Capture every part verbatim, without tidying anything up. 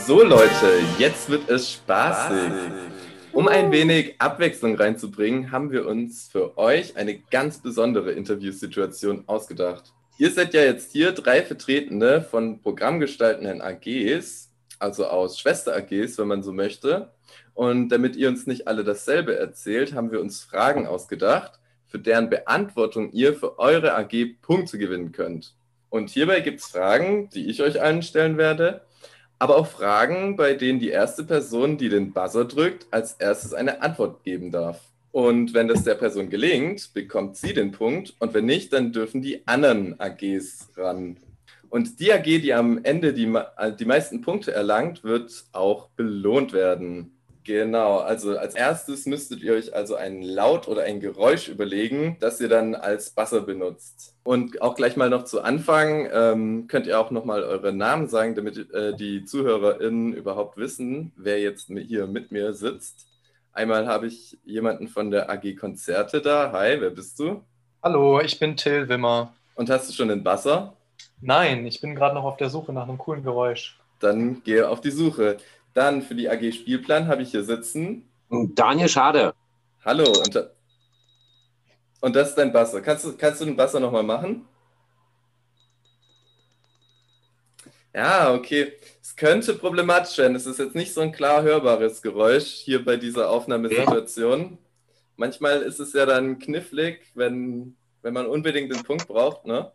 So Leute, jetzt wird es spaßig. Um ein wenig Abwechslung reinzubringen, haben wir uns für euch eine ganz besondere Interviewsituation ausgedacht. Ihr seid ja jetzt hier drei Vertretende von programmgestaltenden A Gs, also aus Schwester-A Gs, wenn man so möchte. Und damit ihr uns nicht alle dasselbe erzählt, haben wir uns Fragen ausgedacht, für deren Beantwortung ihr für eure A G Punkte gewinnen könnt. Und hierbei gibt es Fragen, die ich euch allen stellen werde, aber auch Fragen, bei denen die erste Person, die den Buzzer drückt, als erstes eine Antwort geben darf. Und wenn das der Person gelingt, bekommt sie den Punkt, und wenn nicht, dann dürfen die anderen A Gs ran. Und die A G, die am Ende die, die meisten Punkte erlangt, wird auch belohnt werden. Genau, also als erstes müsstet ihr euch also ein Laut oder ein Geräusch überlegen, das ihr dann als Buzzer benutzt. Und auch gleich mal noch zu Anfang ähm, könnt ihr auch nochmal eure Namen sagen, damit äh, die ZuhörerInnen überhaupt wissen, wer jetzt hier mit mir sitzt. Einmal habe ich jemanden von der A G Konzerte da. Hi, wer bist du? Hallo, ich bin Till Wimmer. Und hast du schon den Buzzer? Nein, ich bin gerade noch auf der Suche nach einem coolen Geräusch. Dann gehe auf die Suche. Dann für die A G Spielplan habe ich hier sitzen Daniel Schade. Hallo. Und, und das ist dein Buzzer. Kannst du, kannst du den Buzzer nochmal machen? Ja, okay. Es könnte problematisch werden. Es ist jetzt nicht so ein klar hörbares Geräusch hier bei dieser Aufnahmesituation. Manchmal ist es ja dann knifflig, wenn, wenn man unbedingt den Punkt braucht, ne?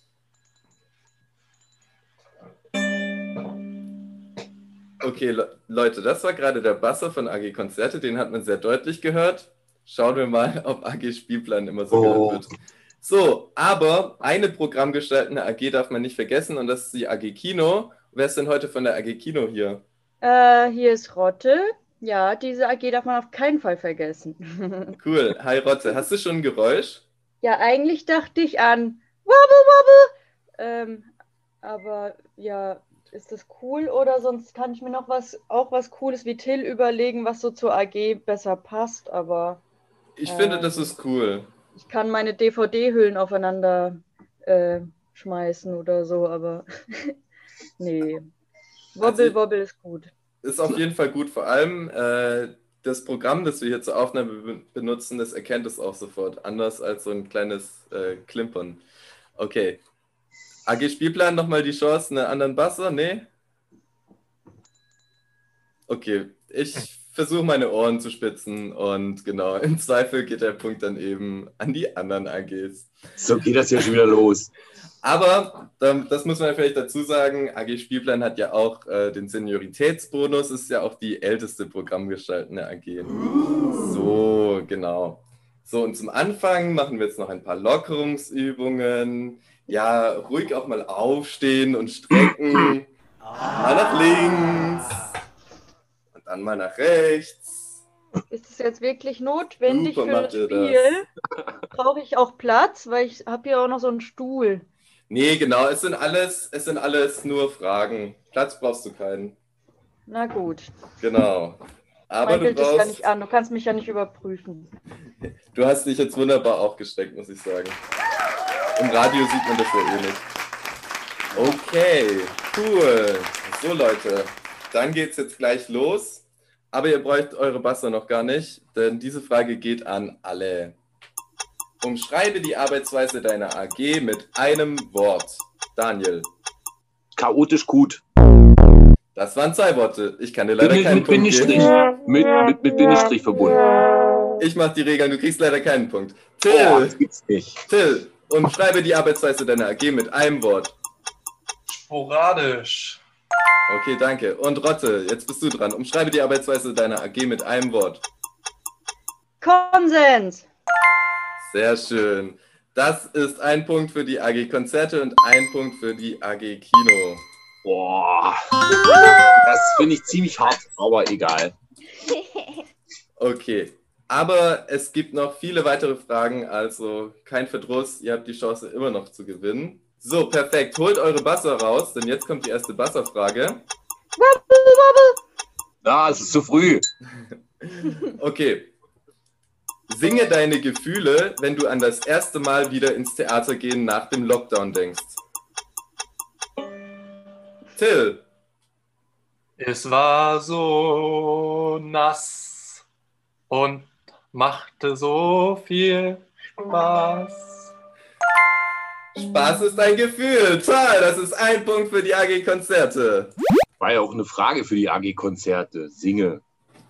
Okay, Le- Leute, das war gerade der Buzzer von A G Konzerte, den hat man sehr deutlich gehört. Schauen wir mal, ob A G Spielplan immer so Oh. gehört wird. So, aber eine programmgestaltende A G darf man nicht vergessen, und das ist die A G Kino. Wer ist denn heute von der A G Kino hier? Äh, hier ist Rotte. Ja, diese A G darf man auf keinen Fall vergessen. Cool. Hi Rotte, hast du schon ein Geräusch? Ja, eigentlich dachte ich an Wobble Wobble. Ähm, aber ja, ist das cool, oder sonst kann ich mir noch was, auch was Cooles wie Till überlegen, was so zur A G besser passt, aber Ich finde, Ähm. das ist cool. ich kann meine D V D-Hüllen aufeinander äh, schmeißen oder so, aber nee. Wobble Also- Wobble ist gut. Ist auf jeden Fall gut, vor allem äh, das Programm, das wir hier zur Aufnahme be- benutzen, das erkennt es auch sofort, anders als so ein kleines äh, Klimpern. Okay. A G Spielplan, nochmal die Chance, einen anderen Buzzer? Nee? Okay, ich versuche meine Ohren zu spitzen, und genau, im Zweifel geht der Punkt dann eben an die anderen A Gs. So geht das ja schon wieder los. Aber ähm, das muss man vielleicht dazu sagen, A G Spielplan hat ja auch äh, den Senioritätsbonus, ist ja auch die älteste programmgestaltende A G. So, genau. So, und zum Anfang machen wir jetzt noch ein paar Lockerungsübungen. Ja, ruhig auch mal aufstehen und strecken. Mal nach links. Und dann mal nach rechts. Ist es jetzt wirklich notwendig Super für das macht ihr Spiel? Brauche ich auch Platz, weil ich habe hier auch noch so einen Stuhl. Nee, genau, es sind alles, es sind alles nur Fragen. Platz brauchst du keinen. Na gut. Genau. Aber Mein du Bild ist ja brauchst, nicht an, du kannst mich ja nicht überprüfen. du hast dich jetzt wunderbar auch gestreckt, muss ich sagen. Im Radio sieht man das ja eh nicht. Okay, cool. So Leute, dann geht's jetzt gleich los. Aber ihr braucht eure Buzzer noch gar nicht, denn diese Frage geht an alle. Umschreibe die Arbeitsweise deiner A G mit einem Wort. Daniel. Chaotisch gut. Das waren zwei Worte. Ich kann dir leider Mit, keinen mit Punkt Bindestrich. geben. Mit, mit, mit Bindestrich verbunden. Ich mach die Regeln, du kriegst leider keinen Punkt. Till, Oh, das gibt's nicht. Till, umschreibe die Arbeitsweise deiner A G mit einem Wort. Sporadisch. Okay, danke. Und Rotte, jetzt bist du dran. Umschreibe die Arbeitsweise deiner A G mit einem Wort. Konsens! Sehr schön. Das ist ein Punkt für die A G Konzerte und ein Punkt für die A G Kino. Boah. Das finde ich ziemlich hart, aber egal. Okay, aber es gibt noch viele weitere Fragen, also kein Verdruss, ihr habt die Chance immer noch zu gewinnen. So, perfekt. Holt eure Buzzer raus, denn jetzt kommt die erste Buzzer-Frage. Ja, es ist zu früh. Okay. Singe deine Gefühle, wenn du an das erste Mal wieder ins Theater gehen nach dem Lockdown denkst. Till. Es war so nass und machte so viel Spaß. Spaß ist ein Gefühl. Toll, das ist ein Punkt für die A G Konzerte. War ja auch eine Frage für die A G-Konzerte. Singe.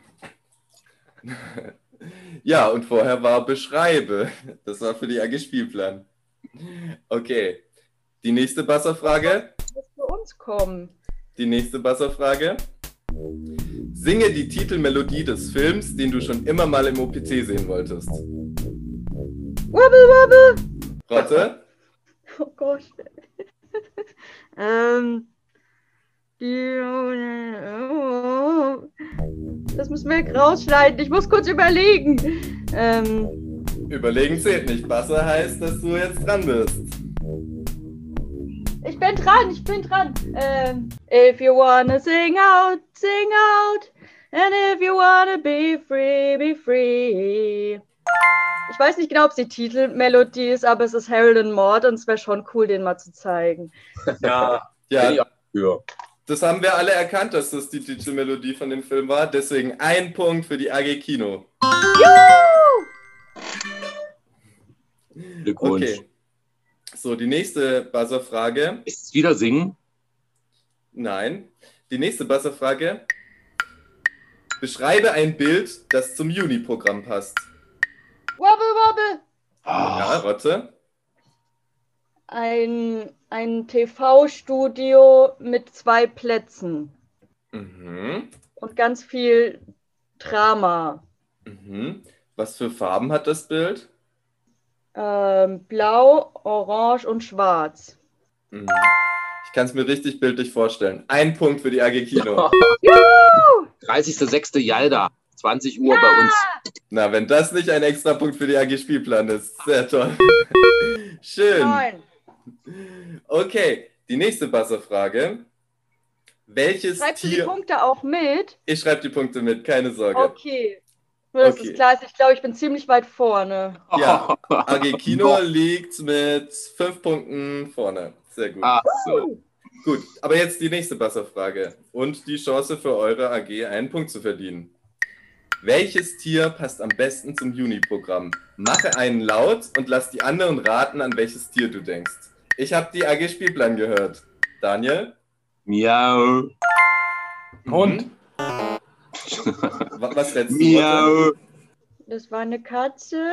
Ja, und vorher war Beschreibe. Das war für die A G Spielplan. Okay, die nächste Buzzerfrage. Das für uns kommen. Die nächste Buzzerfrage. Singe die Titelmelodie des Films, den du schon immer mal im O P T sehen wolltest. Wobble, wobble. Rotte? Oh Gott. ähm. Die, das müssen wir rausschneiden. Ich muss kurz überlegen. Ähm. Überlegen zählt nicht. Buzzer heißt, dass du jetzt dran bist. Ich bin dran, ich bin dran. Ähm. If you wanna sing out, sing out. And if you wanna be free, be free. Ich weiß nicht genau, ob es die Titelmelodie ist, aber es ist Harold and Maude und es wäre schon cool, den mal zu zeigen. Ja, Ja, Ja. Ja. das haben wir alle erkannt, dass das die Titelmelodie von dem Film war. Deswegen ein Punkt für die A G Kino. Juhu! Glückwunsch. Okay. So, die nächste Buzzerfrage. Ist es wieder Singen? Nein. Die nächste Buzzerfrage. Beschreibe ein Bild, das zum Juni-Programm passt. Wobble, wobble. Ja, Ah, Rotte. Ein, ein T V-Studio mit zwei Plätzen Mhm. und ganz viel Drama. Mhm. Was für Farben hat das Bild? Ähm, Blau, Orange und Schwarz. Mhm. Ich kann es mir richtig bildlich vorstellen. Ein Punkt für die A G Kino. dreißigster sechster Jalda, zwanzig Uhr bei uns. Na, wenn das nicht ein extra Punkt für die A G Spielplan ist. Sehr toll. Schön. Nein. Okay, die nächste Buzzerfrage. Welches Schreibst du die Tier... Punkte auch mit? Ich schreibe die Punkte mit, keine Sorge. Okay. Nur, dass Okay. es klar ist, ich glaube, ich bin ziemlich weit vorne. Ja, A G Kino liegt mit fünf Punkten vorne. Sehr gut. Ach so. Gut, aber jetzt die nächste Buzzerfrage. Und die Chance für eure A G, einen Punkt zu verdienen. Welches Tier passt am besten zum Juni-Programm? Mache einen laut und lass die anderen raten, an welches Tier du denkst. Ich habe die A G-Spielplan gehört. Daniel? Miau. Hund. Mhm. Wa- Was rätst du? Rotte? Miau. Das war eine Katze.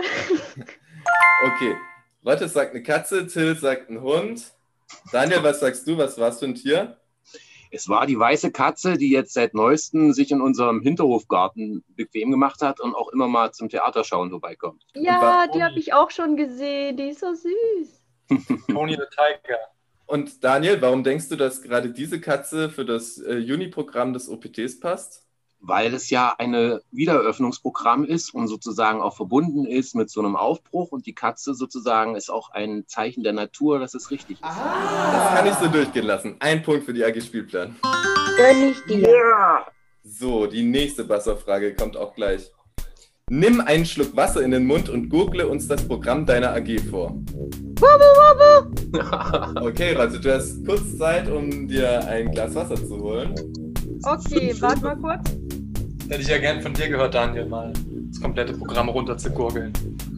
Okay. Rotte sagt eine Katze, Till sagt ein Hund. Daniel, was sagst du? Was war's für ein Tier? Es war die weiße Katze, die jetzt seit neuestem sich in unserem Hinterhofgarten bequem gemacht hat und auch immer mal zum Theaterschauen vorbeikommt. Ja, warum? die habe ich auch schon gesehen. Die ist so süß. Tony the Tiger. Und Daniel, warum denkst du, dass gerade diese Katze für das äh, Juni-Programm des O P Ts passt? Weil es ja ein Wiedereröffnungsprogramm ist und sozusagen auch verbunden ist mit so einem Aufbruch und die Katze sozusagen ist auch ein Zeichen der Natur, dass es richtig ist. Das kann ich so durchgehen lassen. Ein Punkt für die A G-Spielplan. Gönn ich dir. Ja. So, die nächste Buzzerfrage kommt auch gleich. Nimm einen Schluck Wasser in den Mund und google uns das Programm deiner A G vor. Wobble, wobble. Okay, Rotte, du hast kurz Zeit, um dir ein Glas Wasser zu holen. Okay, warte mal kurz. Hätte ich ja gern von dir gehört, Daniel, mal das komplette Programm runter zu gurgeln.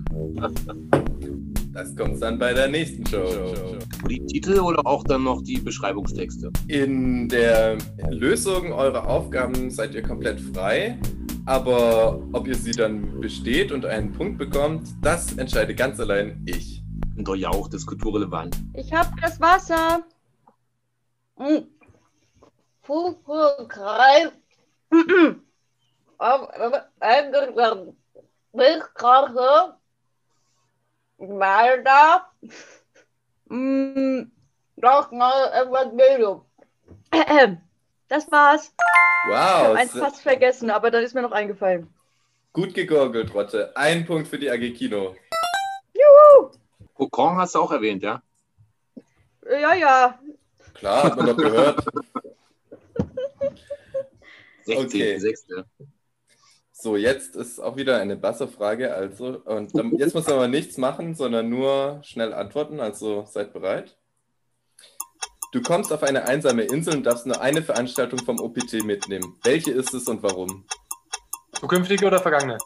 Das kommt dann bei der nächsten Show. Die Titel oder auch dann noch die Beschreibungstexte? In der Lösung eurer Aufgaben seid ihr komplett frei, aber ob ihr sie dann besteht und einen Punkt bekommt, das entscheide ganz allein ich. Und doch ja auch das kulturrelevant. Ich habe das Wasser. Mm. Fußballkreis. Milchstraße. Walder. Mm. Doch mal Evangelium. Das war's. Ich habe Wow, eins se- fast vergessen, aber dann ist mir noch eingefallen. gut gegurgelt, Rotte. Ein Punkt für die A G Kino. Kokon hast du auch erwähnt, ja? Ja, ja. Klar, hat man doch gehört. sechzehnter Okay. sechster So, jetzt ist auch wieder eine Buzzerfrage. Also, und dann, jetzt muss man aber nichts machen, sondern nur schnell antworten. Also seid bereit. Du kommst auf eine einsame Insel und darfst nur eine Veranstaltung vom O P T mitnehmen. Welche ist es und warum? Zukünftige oder vergangene?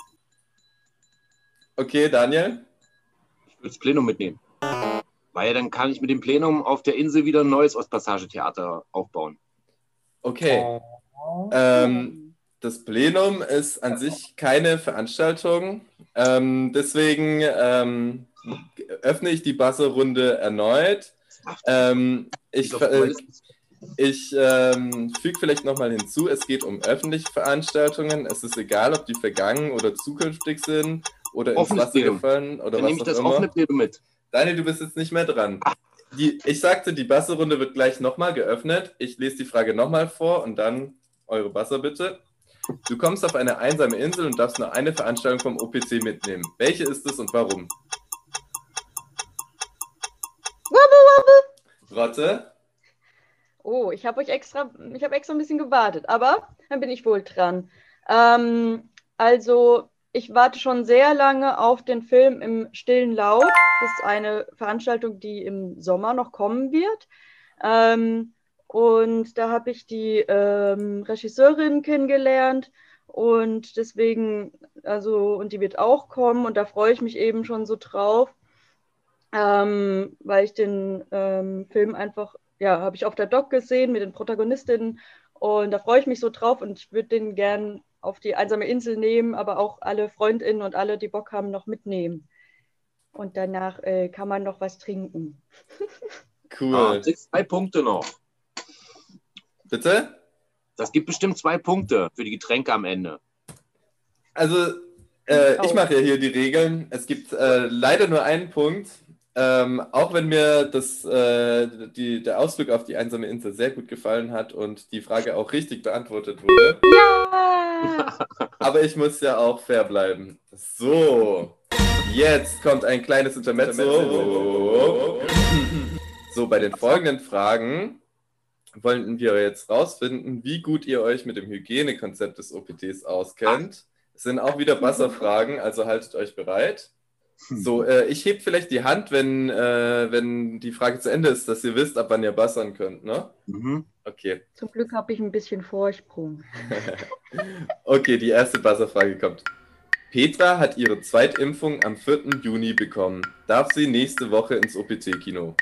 Okay, Daniel? Ich würde das Plenum mitnehmen. Weil dann kann ich mit dem Plenum auf der Insel wieder ein neues Ostpassage-Theater aufbauen. Okay. Oh. Ähm, das Plenum ist an sich keine Veranstaltung. Ähm, deswegen ähm, öffne ich die Buzzer-Runde erneut. Ähm, ich äh, ich ähm, füge vielleicht nochmal hinzu, es geht um öffentliche Veranstaltungen. Es ist egal, ob die vergangen oder zukünftig sind oder ins Offenes Wasser Plenum. gefallen oder Dann was nehme ich auch das immer. offene Plenum mit. Daniel, du bist jetzt nicht mehr dran. Die, ich sagte, die Buzzer-Runde wird gleich nochmal geöffnet. Ich lese die Frage nochmal vor und dann eure Buzzer bitte. Du kommst auf eine einsame Insel und darfst nur eine Veranstaltung vom O P C mitnehmen. Welche ist es und warum? Rotte? Oh, ich habe euch extra, ich habe extra ein bisschen gewartet, aber dann bin ich wohl dran. Ähm, also, ich warte schon sehr lange auf den Film im Stillen Laut. Das ist eine Veranstaltung, die im Sommer noch kommen wird. Ähm, und da habe ich die ähm, Regisseurin kennengelernt und deswegen, also, und die wird auch kommen und da freue ich mich eben schon so drauf, ähm, weil ich den ähm, Film einfach, ja, habe ich auf der Doc gesehen mit den Protagonistinnen und da freue ich mich so drauf und ich würde den gern auf die einsame Insel nehmen, aber auch alle FreundInnen und alle, die Bock haben, noch mitnehmen. Und danach äh, kann man noch was trinken. Cool. Ah, kriegst zwei Punkte noch. Bitte? Das gibt bestimmt zwei Punkte für die Getränke am Ende. Also, äh, ich Oh. mache ja hier die Regeln. Es gibt äh, leider nur einen Punkt. Ähm, auch wenn mir das, äh, die, der Ausflug auf die einsame Insel sehr gut gefallen hat und die Frage auch richtig beantwortet wurde. Ja! Aber ich muss ja auch fair bleiben. So, jetzt kommt ein kleines Intermezzo. So, bei den folgenden Fragen wollen wir jetzt rausfinden, wie gut ihr euch mit dem Hygienekonzept des O P Ts auskennt. Es sind auch wieder Buzzerfragen, also haltet euch bereit. So, äh, ich heb vielleicht die Hand, wenn, äh, wenn die Frage zu Ende ist, dass ihr wisst, ab wann ihr buzzern könnt, ne? Mhm. Okay. Zum Glück habe ich ein bisschen Vorsprung. Okay, die erste Buzzerfrage kommt. Petra hat ihre Zweitimpfung am vierten Juni bekommen. Darf sie nächste Woche ins O P T-Kino?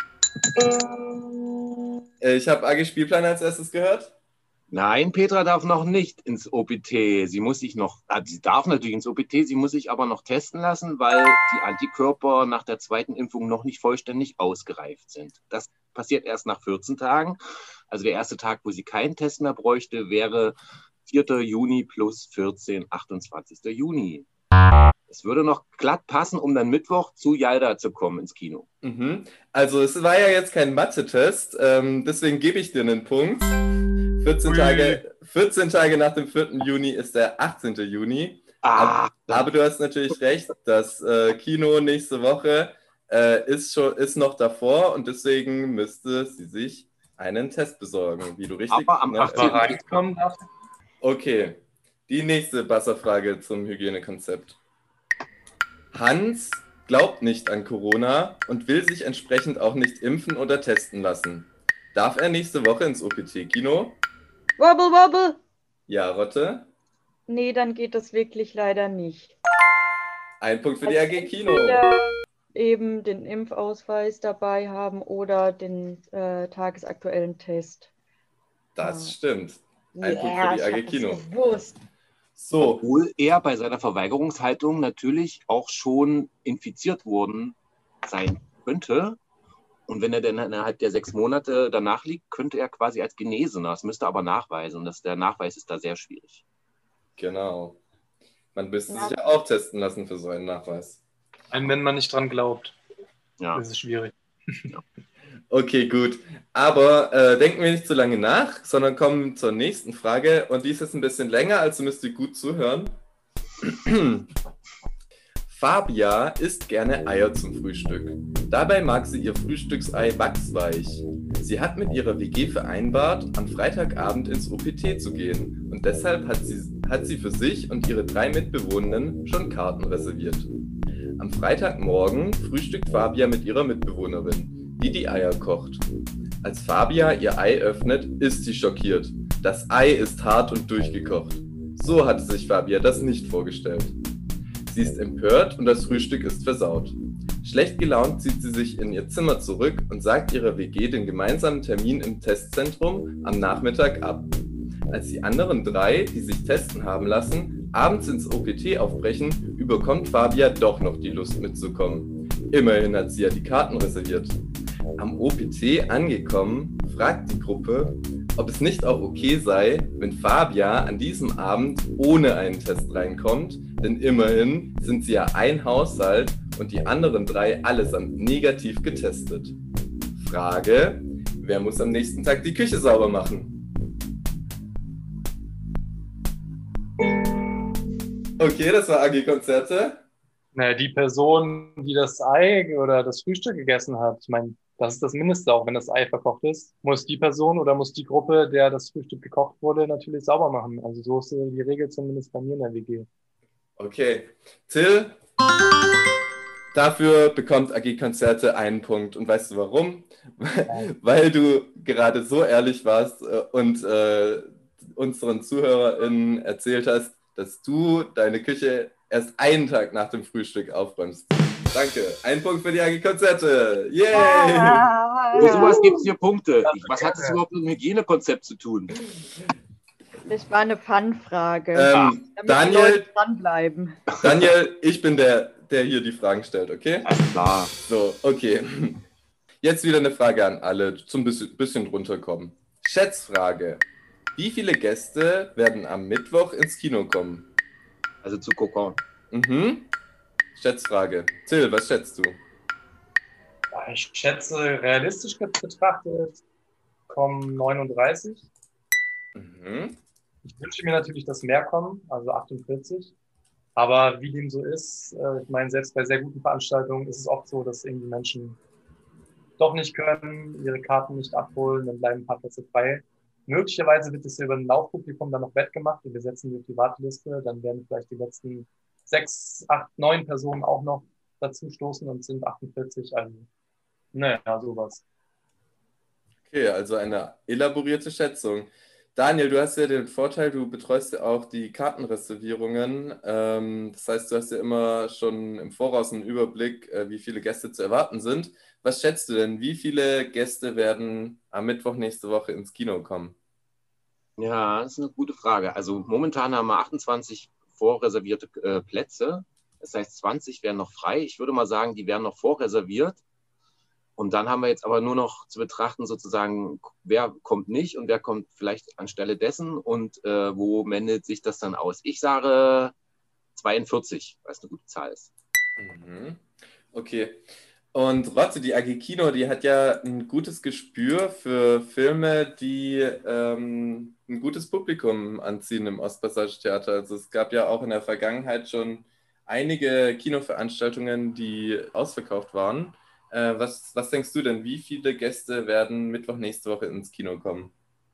Äh, ich habe A G Spielplan als erstes gehört. Nein, Petra darf noch nicht ins O P T. Sie muss sich noch, ah, sie darf natürlich ins O P T, sie muss sich aber noch testen lassen, weil die Antikörper nach der zweiten Impfung noch nicht vollständig ausgereift sind. Das passiert erst nach vierzehn Tagen. Also der erste Tag, wo sie keinen Test mehr bräuchte, wäre vierter Juni plus vierzehn, achtundzwanzigster Juni. Es würde noch glatt passen, um dann Mittwoch zu Jalda zu kommen ins Kino. Mhm. Also es war ja jetzt kein Mathe-Test, ähm, deswegen gebe ich dir einen Punkt. vierzehn Tage, vierzehn Tage nach dem vierten Juni ist der achtzehnte Juni. Ah, aber, aber du hast natürlich recht, das äh, Kino nächste Woche äh, ist, schon, ist noch davor und deswegen müsste sie sich einen Test besorgen, wie du richtig Aber am ne, achtzehnten äh, reinkommen darf. Okay, die nächste Buzzerfrage zum Hygienekonzept. Hans glaubt nicht an Corona und will sich entsprechend auch nicht impfen oder testen lassen. Darf er nächste Woche ins O P T-Kino? Wobble, wobble! Ja, Rotte? Nee, dann geht das wirklich leider nicht. Ein Punkt für die A G Kino. Entweder eben den Impfausweis dabei haben oder den äh, tagesaktuellen Test. Das Ja. stimmt. Ein Ja, Punkt für die ich A G hab das Kino. gewusst. So, Obwohl er bei seiner Verweigerungshaltung natürlich auch schon infiziert worden sein könnte. Und wenn er dann innerhalb der sechs Monate danach liegt, könnte er quasi als Genesener, das müsste aber nachweisen. Und das, der Nachweis ist da sehr schwierig. genau. Man müsste Ja. sich ja auch testen lassen für so einen Nachweis. Ein, wenn man nicht dran glaubt. Ja. Das ist schwierig. Okay, gut. Aber äh, denken wir nicht zu lange nach, sondern kommen zur nächsten Frage. Und die ist jetzt ein bisschen länger, also müsst ihr gut zuhören. Fabia isst gerne Eier zum Frühstück. Dabei mag sie ihr Frühstücksei wachsweich. Sie hat mit ihrer W G vereinbart, am Freitagabend ins O P T zu gehen. Und deshalb hat sie, hat sie für sich und ihre drei Mitbewohnerinnen schon Karten reserviert. Am Freitagmorgen frühstückt Fabia mit ihrer Mitbewohnerin, die die Eier kocht. Als Fabia ihr Ei öffnet, ist sie schockiert. Das Ei ist hart und durchgekocht. So hatte sich Fabia das nicht vorgestellt. Sie ist empört und das Frühstück ist versaut. Schlecht gelaunt zieht sie sich in ihr Zimmer zurück und sagt ihrer W G den gemeinsamen Termin im Testzentrum am Nachmittag ab. Als die anderen drei, die sich testen haben lassen, abends ins O P T aufbrechen, überkommt Fabia doch noch die Lust mitzukommen. Immerhin hat sie ja die Karten reserviert. Am O P T angekommen, fragt die Gruppe, ob es nicht auch okay sei, wenn Fabia an diesem Abend ohne einen Test reinkommt, denn immerhin sind sie ja ein Haushalt und die anderen drei allesamt negativ getestet. Frage, wer muss am nächsten Tag die Küche sauber machen? Okay, das war A G-Konzerte. Naja, die Person, die das Ei oder das Frühstück gegessen hat, ich meine, das ist das Mindeste, auch wenn das Ei verkocht ist, muss die Person oder muss die Gruppe, der das Frühstück gekocht wurde, natürlich sauber machen. Also so ist die Regel zumindest bei mir in der W G. Okay. Till, dafür bekommt A G-Konzerte einen Punkt. Und weißt du warum? Weil du gerade so ehrlich warst und äh, unseren ZuhörerInnen erzählt hast, dass du deine Küche erst einen Tag nach dem Frühstück aufräumst. Danke. Ein Punkt für die A G-Konzerte. Yay! Ah, für sowas gibt es hier Punkte. Was hat das überhaupt mit dem Hygienekonzept zu tun? Das war eine Fun-Frage. Ähm, damit Daniel, die Leute dranbleiben. Daniel, ich bin der, der hier die Fragen stellt, okay? Alles klar. So, okay. Jetzt wieder eine Frage an alle, zum bisschen, bisschen runterkommen. Schätzfrage. Wie viele Gäste werden am Mittwoch ins Kino kommen? Also zu Kokon. Mhm. Schätzfrage. Till, was schätzt du? Ich schätze, realistisch betrachtet kommen neununddreißig. Mhm. Ich wünsche mir natürlich, dass mehr kommen, also achtundvierzig. Aber wie dem so ist, äh, ich meine, selbst bei sehr guten Veranstaltungen ist es oft so, dass irgendwie Menschen doch nicht können, ihre Karten nicht abholen, dann bleiben ein paar Plätze frei. Möglicherweise wird es über ein Laufpublikum dann noch wettgemacht und wir setzen die auf die Warteliste. Dann werden vielleicht die letzten sechs, acht, neun Personen auch noch dazu stoßen und sind achtundvierzig. Also, naja, sowas. Okay, also eine elaborierte Schätzung. Daniel, du hast ja den Vorteil, du betreust ja auch die Kartenreservierungen. Ähm, das heißt, du hast ja immer schon im Voraus einen Überblick, äh, wie viele Gäste zu erwarten sind. Was schätzt du denn? Wie viele Gäste werden am Mittwoch nächste Woche ins Kino kommen? Ja, das ist eine gute Frage. Also momentan haben wir achtundzwanzig vorreservierte äh, Plätze. Das heißt, zwanzig wären noch frei. Ich würde mal sagen, die wären noch vorreserviert. Und dann haben wir jetzt aber nur noch zu betrachten, sozusagen, wer kommt nicht und wer kommt vielleicht anstelle dessen und äh, wo wendet sich das dann aus. Ich sage zweiundvierzig, weil es eine gute Zahl ist. Mhm. Okay. Und Rotte, die A G Kino, die hat ja ein gutes Gespür für Filme, die ähm, ein gutes Publikum anziehen im Ostpassage-Theater. Also es gab ja auch in der Vergangenheit schon einige Kinoveranstaltungen, die ausverkauft waren. Äh, was, was denkst du denn, wie viele Gäste werden Mittwoch nächste Woche ins Kino kommen?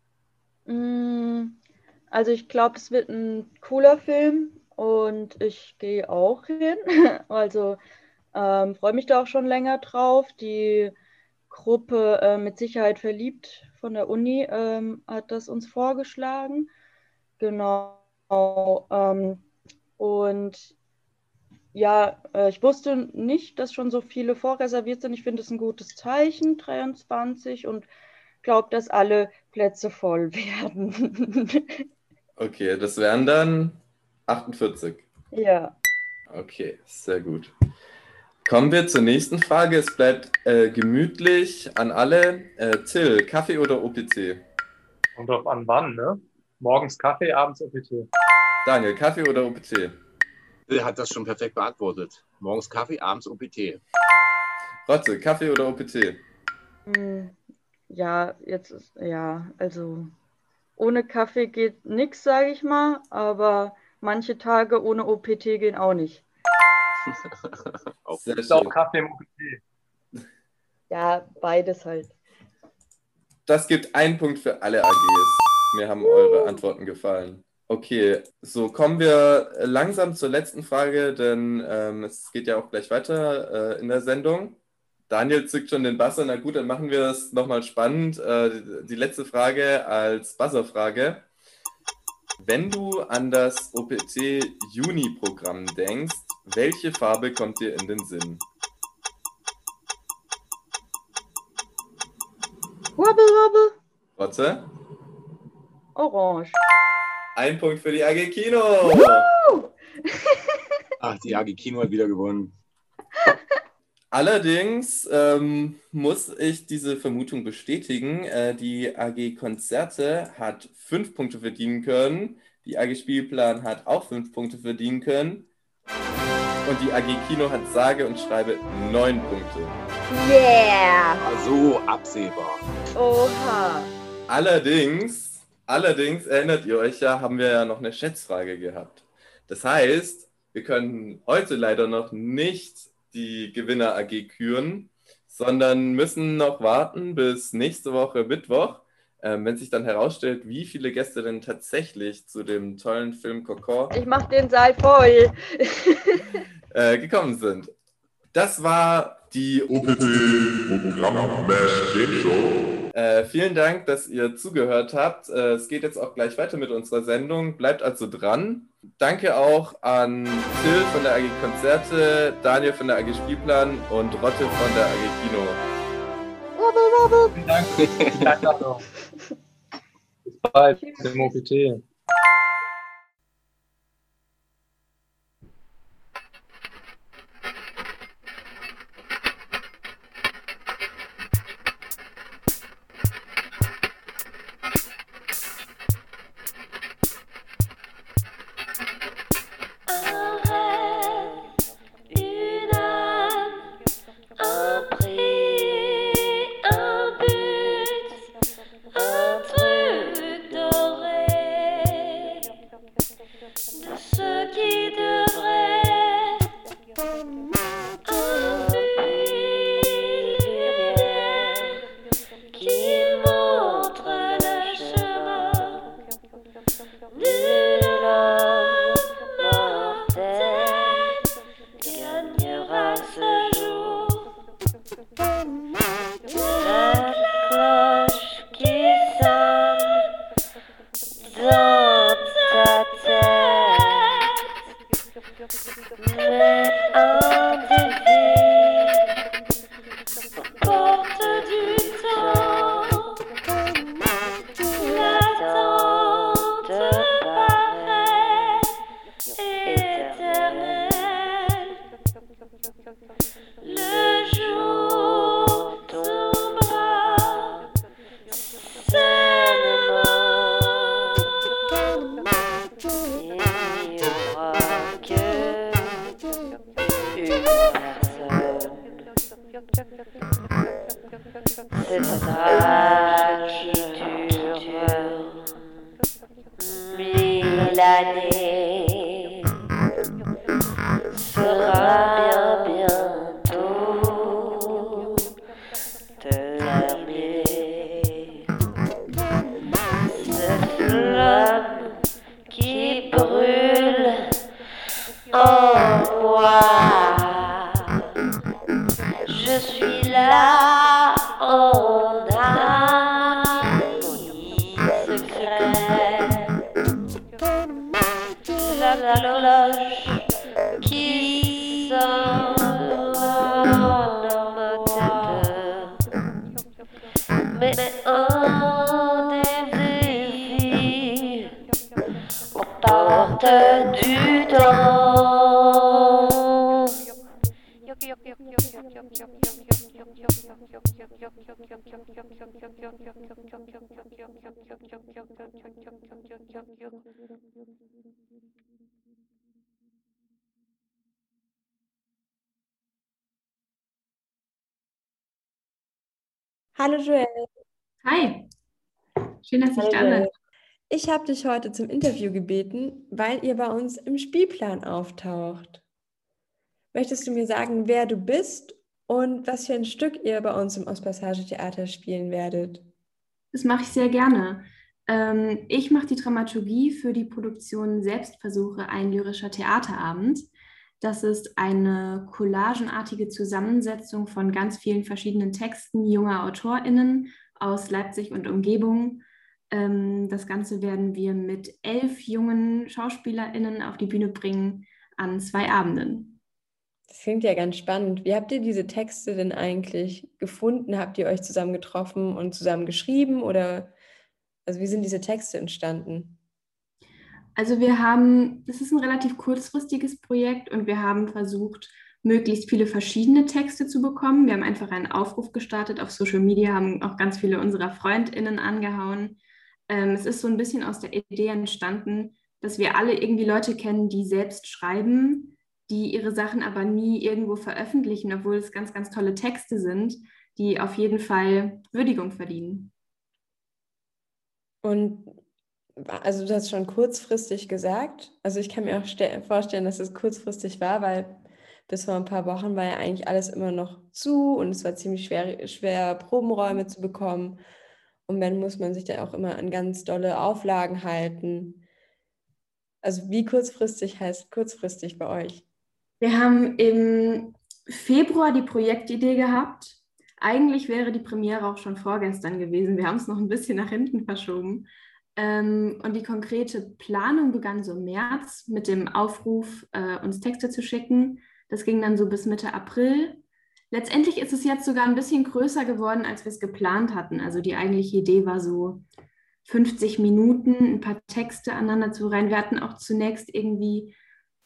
Also ich glaube, es wird ein cooler Film und ich gehe auch hin. Also ähm, freue mich da auch schon länger drauf. Die Gruppe äh, mit Sicherheit verliebt von der Uni ähm, hat das uns vorgeschlagen. Genau. Ähm, und ja, äh, ich wusste nicht, dass schon so viele vorreserviert sind. Ich finde es ein gutes Zeichen, dreiundzwanzig, und glaube, dass alle Plätze voll werden. Okay, das wären dann achtundvierzig. Ja. Okay, sehr gut. Kommen wir zur nächsten Frage. Es bleibt äh, gemütlich an alle. Äh, Till, Kaffee oder O P T? Kommt drauf an, wann, ne? Morgens Kaffee, abends O P T. Daniel, Kaffee oder O P T? Er hat das schon perfekt beantwortet. Morgens Kaffee, abends O P T. Rotte, Kaffee oder O P T? Hm, Ja, jetzt ist, ja, also ohne Kaffee geht nichts, sage ich mal, aber manche Tage ohne O P T gehen auch nicht. Auch Sehr Ist auch schön. Kaffee im O P T. Ja, beides halt. Das gibt einen Punkt für alle A Gs. Mir haben eure Antworten gefallen. Okay, so kommen wir langsam zur letzten Frage, denn ähm, es geht ja auch gleich weiter äh, in der Sendung. Daniel zückt schon den Buzzer. Na gut, dann machen wir das nochmal spannend. Äh, die letzte Frage als Buzzerfrage. Wenn du an das O P T-Juni-Programm denkst, welche Farbe kommt dir in den Sinn? Wobble, wobble. Rotte? Orange. Ein Punkt für die A G Kino. Woo! Ach, die A G Kino hat wieder gewonnen. Allerdings ähm, muss ich diese Vermutung bestätigen. Äh, die A G Konzerte hat fünf Punkte verdienen können. Die A G Spielplan hat auch fünf Punkte verdienen können. Und die A G Kino hat sage und schreibe neun Punkte. Yeah! War so absehbar. Oha. Allerdings, allerdings erinnert ihr euch ja, haben wir ja noch eine Schätzfrage gehabt. Das heißt, wir können heute leider noch nicht die Gewinner A G küren, sondern müssen noch warten bis nächste Woche Mittwoch, äh, wenn sich dann herausstellt, wie viele Gäste denn tatsächlich zu dem tollen Film Kokor Ich mach den Saal voll. äh, gekommen sind. Das war die O P T-Programm Mash Game Show. Äh, vielen Dank, dass ihr zugehört habt. Äh, es geht jetzt auch gleich weiter mit unserer Sendung. Bleibt also dran. Danke auch an Till von der A G Konzerte, Daniel von der A G Spielplan und Rotte von der A G Kino. Wobble, wobble. Vielen Dank für die Einladung. Bis bald im O P T. Hallo Joel. Hi, schön, dass ich da bin. Ich habe dich heute zum Interview gebeten, weil ihr bei uns im Spielplan auftaucht. Möchtest du mir sagen, wer du bist und was für ein Stück ihr bei uns im Ostpassage-Theater spielen werdet? Das mache ich sehr gerne. Ähm, ich mache die Dramaturgie für die Produktion Selbstversuche, ein lyrischer Theaterabend. Das ist eine collagenartige Zusammensetzung von ganz vielen verschiedenen Texten junger AutorInnen aus Leipzig und Umgebung. Ähm, das Ganze werden wir mit elf jungen SchauspielerInnen auf die Bühne bringen an zwei Abenden. Das klingt ja ganz spannend. Wie habt ihr diese Texte denn eigentlich gefunden? Habt ihr euch zusammen getroffen und zusammen geschrieben oder also wie sind diese Texte entstanden? Also wir haben, das ist ein relativ kurzfristiges Projekt und wir haben versucht, möglichst viele verschiedene Texte zu bekommen. Wir haben einfach einen Aufruf gestartet auf Social Media, haben auch ganz viele unserer FreundInnen angehauen. Ähm, es ist so ein bisschen aus der Idee entstanden, dass wir alle irgendwie Leute kennen, die selbst schreiben, die ihre Sachen aber nie irgendwo veröffentlichen, obwohl es ganz, ganz tolle Texte sind, die auf jeden Fall Würdigung verdienen. Und also du hast schon kurzfristig gesagt. Also ich kann mir auch ste- vorstellen, dass es kurzfristig war, weil bis vor ein paar Wochen war ja eigentlich alles immer noch zu und es war ziemlich schwer, schwer Probenräume zu bekommen. Und dann muss man sich da auch immer an ganz dolle Auflagen halten. Also wie kurzfristig heißt kurzfristig bei euch? Wir haben im Februar die Projektidee gehabt. Eigentlich wäre die Premiere auch schon vorgestern gewesen. Wir haben es noch ein bisschen nach hinten verschoben. Ähm, und die konkrete Planung begann so im März mit dem Aufruf, äh, uns Texte zu schicken. Das ging dann so bis Mitte April. Letztendlich ist es jetzt sogar ein bisschen größer geworden, als wir es geplant hatten. Also die eigentliche Idee war so fünfzig Minuten, ein paar Texte aneinander zu reihen. Wir hatten auch zunächst irgendwie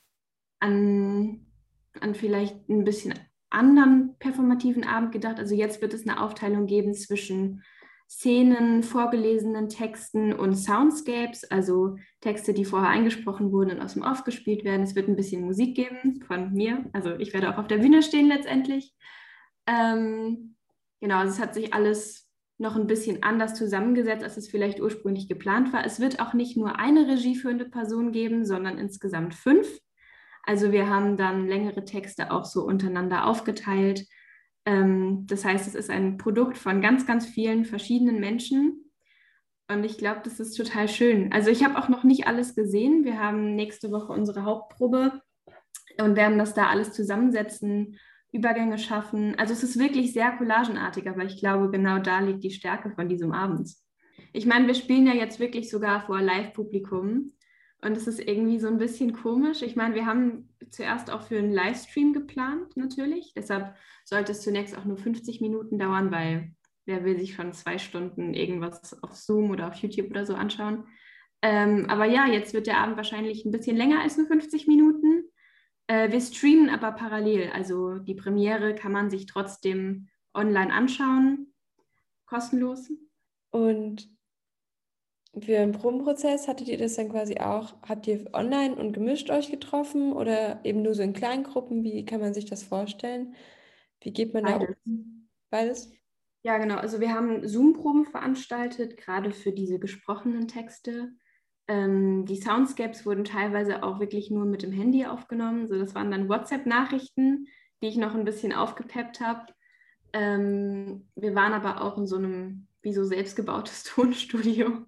an, an vielleicht ein bisschen anderen performativen Abend gedacht. Also jetzt wird es eine Aufteilung geben zwischen Szenen, vorgelesenen Texten und Soundscapes, also Texte, die vorher eingesprochen wurden und aus dem Off gespielt werden. Es wird ein bisschen Musik geben von mir. Also ich werde auch auf der Bühne stehen letztendlich. Ähm, genau, also es hat sich alles noch ein bisschen anders zusammengesetzt, als es vielleicht ursprünglich geplant war. Es wird auch nicht nur eine regieführende Person geben, sondern insgesamt fünf. Also wir haben dann längere Texte auch so untereinander aufgeteilt. Ähm, das heißt, es ist ein Produkt von ganz, ganz vielen verschiedenen Menschen. Und ich glaube, das ist total schön. Also ich habe auch noch nicht alles gesehen. Wir haben nächste Woche unsere Hauptprobe und werden das da alles zusammensetzen, Übergänge schaffen. Also es ist wirklich sehr collagenartig, aber ich glaube, genau da liegt die Stärke von diesem Abend. Ich meine, wir spielen ja jetzt wirklich sogar vor Live-Publikum. Und es ist irgendwie so ein bisschen komisch. Ich meine, wir haben zuerst auch für einen Livestream geplant, natürlich. Deshalb sollte es zunächst auch nur fünfzig Minuten dauern, weil wer will sich schon zwei Stunden irgendwas auf Zoom oder auf YouTube oder so anschauen. Ähm, aber ja, jetzt wird der Abend wahrscheinlich ein bisschen länger als nur fünfzig Minuten. Äh, wir streamen aber parallel. Also die Premiere kann man sich trotzdem online anschauen, kostenlos. Und für den Probenprozess hattet ihr das dann quasi auch, habt ihr online und gemischt euch getroffen oder eben nur so in Kleingruppen? Wie kann man sich das vorstellen? Wie geht man da Beides. um? Beides? Ja, genau. Also wir haben Zoom-Proben veranstaltet, gerade für diese gesprochenen Texte. Ähm, die Soundscapes wurden teilweise auch wirklich nur mit dem Handy aufgenommen. So, das waren dann WhatsApp-Nachrichten, die ich noch ein bisschen aufgepeppt habe. Ähm, wir waren aber auch in so einem, wie so selbstgebautes Tonstudio.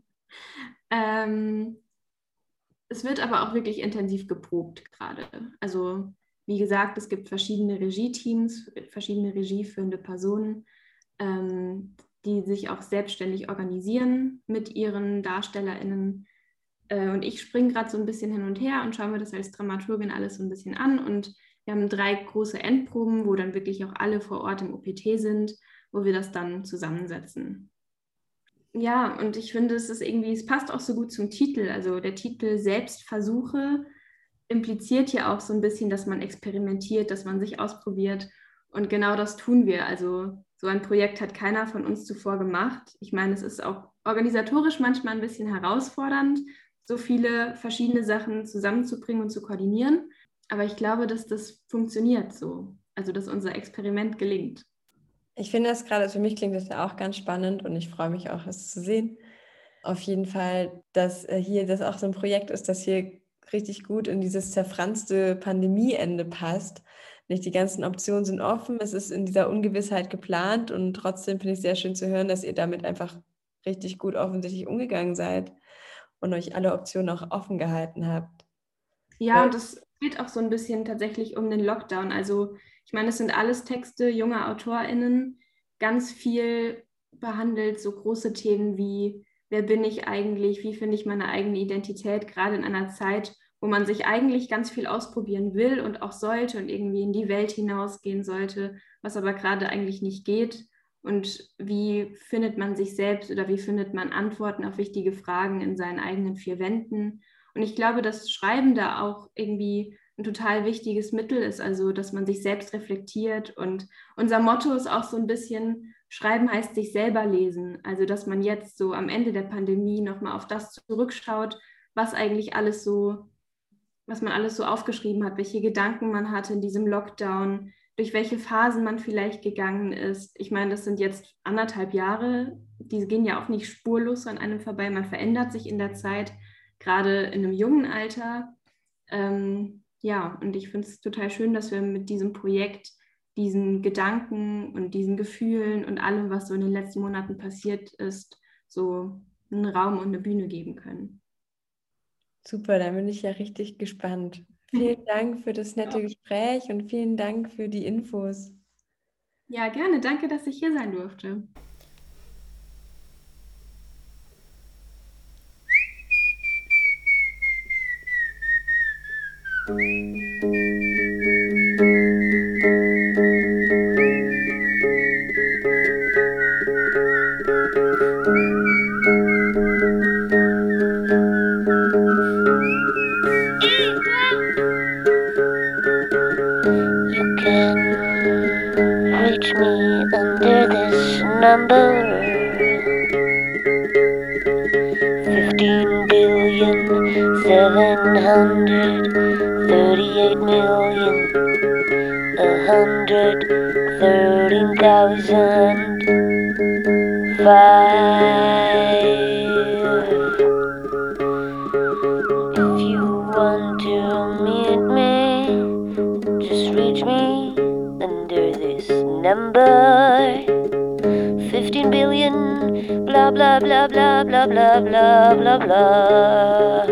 Ähm, es wird aber auch wirklich intensiv geprobt gerade. Also wie gesagt, es gibt verschiedene Regie-Teams, verschiedene regieführende Personen, ähm, die sich auch selbstständig organisieren mit ihren DarstellerInnen. Äh, und ich springe gerade so ein bisschen hin und her und schaue mir das als Dramaturgin alles so ein bisschen an. Und wir haben drei große Endproben, wo dann wirklich auch alle vor Ort im O P T sind, wo wir das dann zusammensetzen. Ja, und ich finde, es ist irgendwie, es passt auch so gut zum Titel. Also der Titel Selbstversuche impliziert ja auch so ein bisschen, dass man experimentiert, dass man sich ausprobiert. Und genau das tun wir. Also so ein Projekt hat keiner von uns zuvor gemacht. Ich meine, es ist auch organisatorisch manchmal ein bisschen herausfordernd, so viele verschiedene Sachen zusammenzubringen und zu koordinieren. Aber ich glaube, dass das funktioniert so. Also dass unser Experiment gelingt. Ich finde das gerade, für mich klingt das ja auch ganz spannend und ich freue mich auch, es zu sehen. Auf jeden Fall, dass äh, hier das auch so ein Projekt ist, das hier richtig gut in dieses zerfranste Pandemieende passt. Nicht die ganzen Optionen sind offen, es ist in dieser Ungewissheit geplant und trotzdem finde ich sehr schön zu hören, dass ihr damit einfach richtig gut offensichtlich umgegangen seid und euch alle Optionen auch offen gehalten habt. Ja, und das geht auch so ein bisschen tatsächlich um den Lockdown. Also ich meine, es sind alles Texte junger AutorInnen, ganz viel behandelt, so große Themen wie, wer bin ich eigentlich, wie finde ich meine eigene Identität, gerade in einer Zeit, wo man sich eigentlich ganz viel ausprobieren will und auch sollte und irgendwie in die Welt hinausgehen sollte, was aber gerade eigentlich nicht geht. Und wie findet man sich selbst oder wie findet man Antworten auf wichtige Fragen in seinen eigenen vier Wänden? Und ich glaube, dass Schreiben da auch irgendwie ein total wichtiges Mittel ist, also dass man sich selbst reflektiert. Und unser Motto ist auch so ein bisschen, Schreiben heißt sich selber lesen. Also dass man jetzt so am Ende der Pandemie nochmal auf das zurückschaut, was eigentlich alles so, was man alles so aufgeschrieben hat, welche Gedanken man hatte in diesem Lockdown, durch welche Phasen man vielleicht gegangen ist. Ich meine, das sind jetzt anderthalb Jahre, die gehen ja auch nicht spurlos an einem vorbei. Man verändert sich in der Zeit, gerade in einem jungen Alter. Ähm, ja, und ich finde es total schön, dass wir mit diesem Projekt diesen Gedanken und diesen Gefühlen und allem, was so in den letzten Monaten passiert ist, so einen Raum und eine Bühne geben können. Super, da bin ich ja richtig gespannt. Vielen Dank für das nette Gespräch und vielen Dank für die Infos. Ja, gerne. Danke, dass ich hier sein durfte. Reach me under this number, fifteen billion seven hundred thirty-eight million a hundred thirteen thousand five. If you want to meet me, just reach me under this number, fifteen billion, blah blah blah blah blah blah blah blah blah.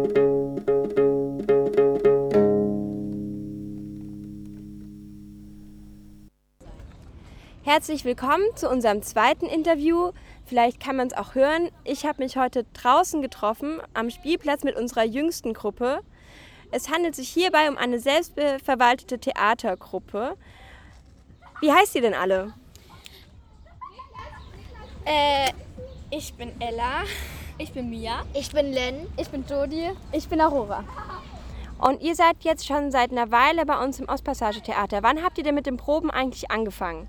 Herzlich willkommen zu unserem zweiten Interview. Vielleicht kann man es auch hören. Ich habe mich heute draußen getroffen, am Spielplatz mit unserer jüngsten Gruppe. Es handelt sich hierbei um eine selbstverwaltete Theatergruppe. Wie heißt ihr denn alle? Äh, ich bin Ella. Ich bin Mia. Ich bin Len. Ich bin Jodi. Ich bin Aurora. Und ihr seid jetzt schon seit einer Weile bei uns im Ostpassage-Theater. Wann habt ihr denn mit den Proben eigentlich angefangen?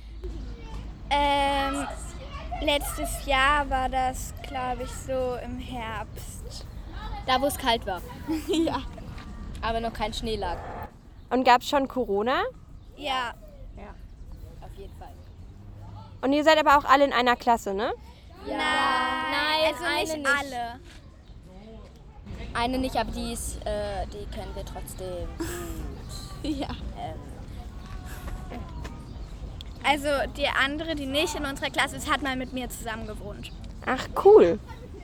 Ähm, letztes Jahr war das, glaube ich, so im Herbst. Da, wo es kalt war. Ja. Aber noch kein Schnee lag. Und gab es schon Corona? Ja. Ja, auf jeden Fall. Und ihr seid aber auch alle in einer Klasse, ne? Ja. Nein, also eine nicht, nicht alle. Eine nicht, aber die, ist, äh, die kennen wir trotzdem gut. Ja. Ähm, Also die andere, die nicht in unserer Klasse ist, hat mal mit mir zusammen gewohnt. Ach, cool.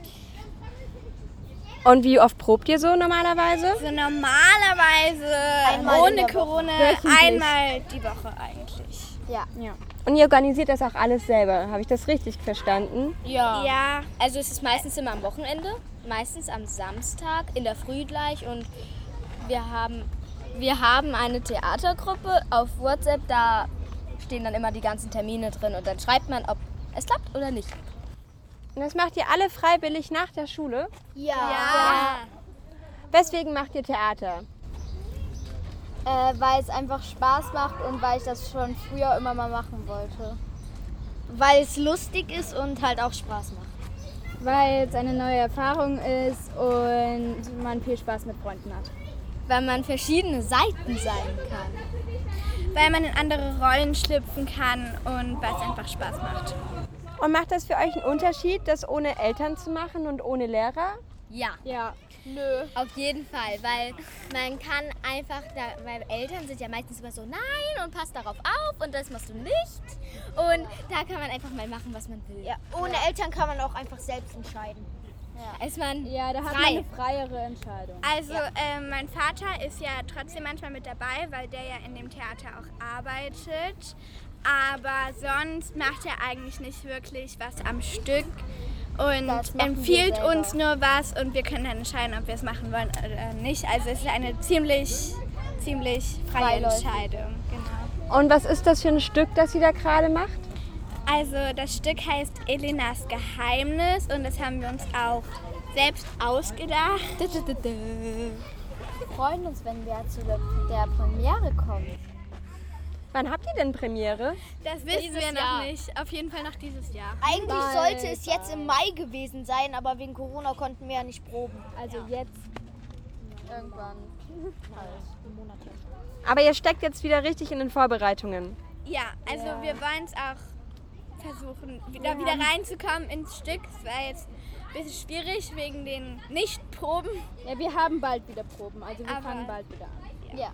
Und wie oft probt ihr so normalerweise? So normalerweise Einmal in ohne der Woche. Corona Wöchentlich. einmal die Woche eigentlich. ja. Ja. Und ihr organisiert das auch alles selber. Habe ich das richtig verstanden? ja. Ja, Also es ist meistens immer am Wochenende, meistens am Samstag, in der Früh gleich. Und wir haben, wir haben eine Theatergruppe auf WhatsApp, da stehen dann immer die ganzen Termine drin und dann schreibt man, ob es klappt oder nicht. Und das macht ihr alle freiwillig nach der Schule? Ja. ja. Weswegen macht ihr Theater? Äh, weil es einfach Spaß macht und weil ich das schon früher immer mal machen wollte. Weil es lustig ist und halt auch Spaß macht. Weil es eine neue Erfahrung ist und man viel Spaß mit Freunden hat. Weil man verschiedene Seiten sein kann. Weil man in andere Rollen schlüpfen kann und weil es einfach Spaß macht. Und macht das für euch einen Unterschied, das ohne Eltern zu machen und ohne Lehrer? Ja. Ja. Nö. Auf jeden Fall, weil man kann einfach, da, weil Eltern sind ja meistens immer so, nein und passt darauf auf und das machst du nicht. Und da kann man einfach mal machen, was man will. Ja. Ohne ja. Eltern kann man auch einfach selbst entscheiden. Ja. Ist man ja, da hat frei. man eine freiere Entscheidung. Also ja. äh, mein Vater ist ja trotzdem manchmal mit dabei, weil der ja in dem Theater auch arbeitet. Aber sonst macht er eigentlich nicht wirklich was am Stück und empfiehlt uns nur was und wir können dann entscheiden, ob wir es machen wollen oder nicht. Also es ist eine ziemlich, ziemlich freie Freiläufig. Entscheidung. Genau. Und was ist das für ein Stück, das sie da gerade macht? Also das Stück heißt Elenas Geheimnis und das haben wir uns auch selbst ausgedacht. Wir freuen uns, wenn wir zu der, der Premiere kommen. Wann habt ihr denn Premiere? Das wissen dieses wir noch Jahr. Nicht. Auf jeden Fall noch dieses Jahr. Eigentlich bald, sollte es bald. jetzt im Mai gewesen sein, aber wegen Corona konnten wir ja nicht proben. Also ja. jetzt irgendwann halt Monate. Aber ihr steckt jetzt wieder richtig in den Vorbereitungen. Ja, also ja. wir wollen es auch versuchen, wieder, ja. wieder reinzukommen ins Stück. Es war jetzt ein bisschen schwierig wegen den Nichtproben. Ja, wir haben bald wieder Proben, also wir aber fangen bald wieder an. Ja. ja.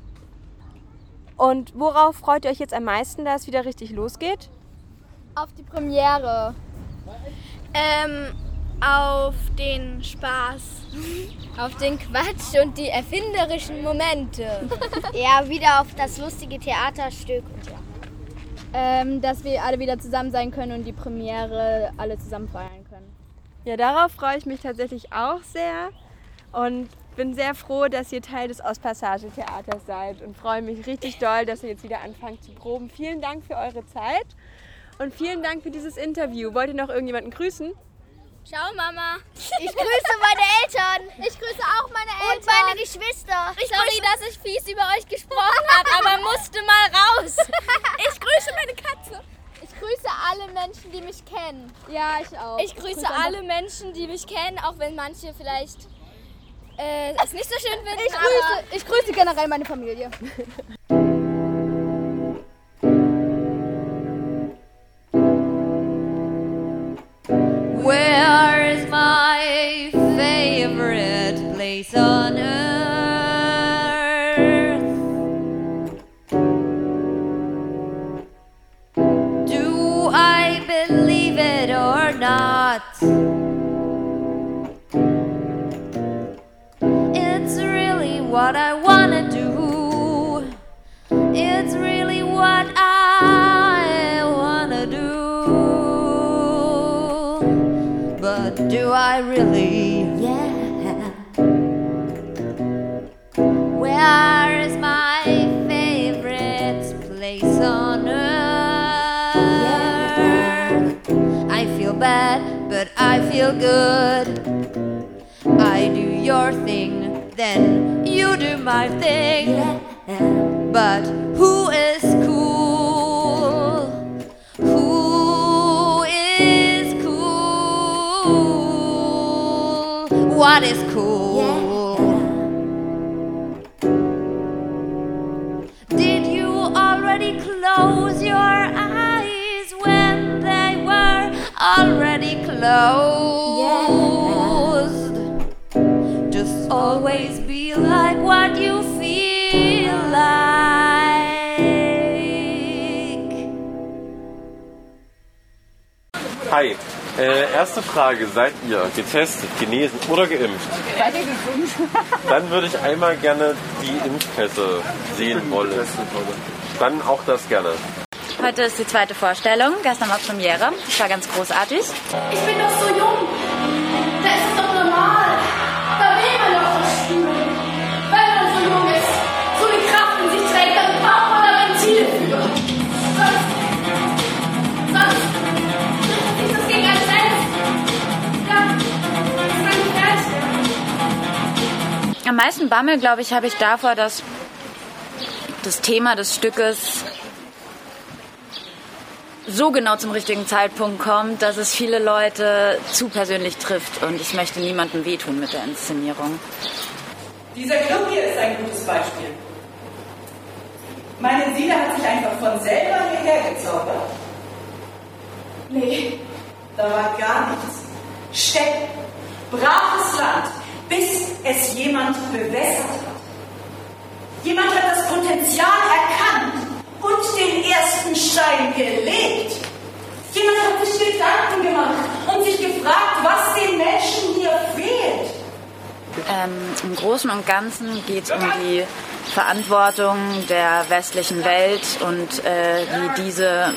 Und worauf freut ihr euch jetzt am meisten, da es wieder richtig losgeht? Auf die Premiere. Ähm, auf den Spaß. Auf den Quatsch und die erfinderischen Momente. Ja, wieder auf das lustige Theaterstück. Ähm, dass wir alle wieder zusammen sein können und die Premiere alle zusammen feiern können. Ja, darauf freue ich mich tatsächlich auch sehr. Und bin sehr froh, dass ihr Teil des Ostpassage-Theaters seid und freue mich richtig doll, dass ihr jetzt wieder anfangt zu proben. Vielen Dank für eure Zeit und vielen Dank für dieses Interview. Wollt ihr noch irgendjemanden grüßen? Ciao, Mama. Ich grüße meine Eltern. Ich grüße auch meine Eltern. Und meine Geschwister. Ich Sorry, dass ich fies über euch gesprochen habe, aber musste mal raus. Ich grüße meine Katze. Ich grüße alle Menschen, die mich kennen. Ja, ich auch. Ich grüße, ich grüße alle Menschen, die mich kennen, auch wenn manche vielleicht Äh, es nicht so schön finden, ich grüße, ich grüße generell meine Familie. Where is my favorite place on earth? Do I believe it or not? What I wanna do, it's really what I wanna do. But do I really? Yeah. Where is my favorite place on earth? Yeah. I feel bad, but I feel good. I do your thing, then you do my thing. Yeah. But who is cool? Who is cool? What is cool? Yeah. Did you already close your eyes when they were already closed? Yeah. Just always be like what you feel like. Hi, äh, erste Frage, seid ihr getestet, genesen oder geimpft? Beide gesund. Dann würde ich einmal gerne die Impfpässe sehen wollen. Dann auch das gerne. Heute ist die zweite Vorstellung, gestern war Premiere. Das war ganz großartig. Ich bin doch so jung. Da ist es doch normal. Da will man doch was spüren. Wenn man so jung ist, so eine Kraft in sich trägt, dann braucht man da Ventile für. Sonst, sonst ist das gegen alles selbst. Ja, das kann nicht fertig. Am meisten Bammel, glaube ich, habe ich davor, dass das Thema des Stückes so genau zum richtigen Zeitpunkt kommt, dass es viele Leute zu persönlich trifft. Und ich möchte niemandem wehtun mit der Inszenierung. Dieser Club hier ist ein gutes Beispiel. Meinen Sie, der hat sich einfach von selber hierher gezaubert? Nee, da war gar nichts. Steppen, braves Land, bis es jemand bewässert hat. Jemand hat das Potenzial erkannt und den ersten Stein gelegt. Jemand hat sich Gedanken gemacht und sich gefragt, was den Menschen Ähm, Im Großen und Ganzen geht es um die Verantwortung der westlichen Welt und äh, wie diese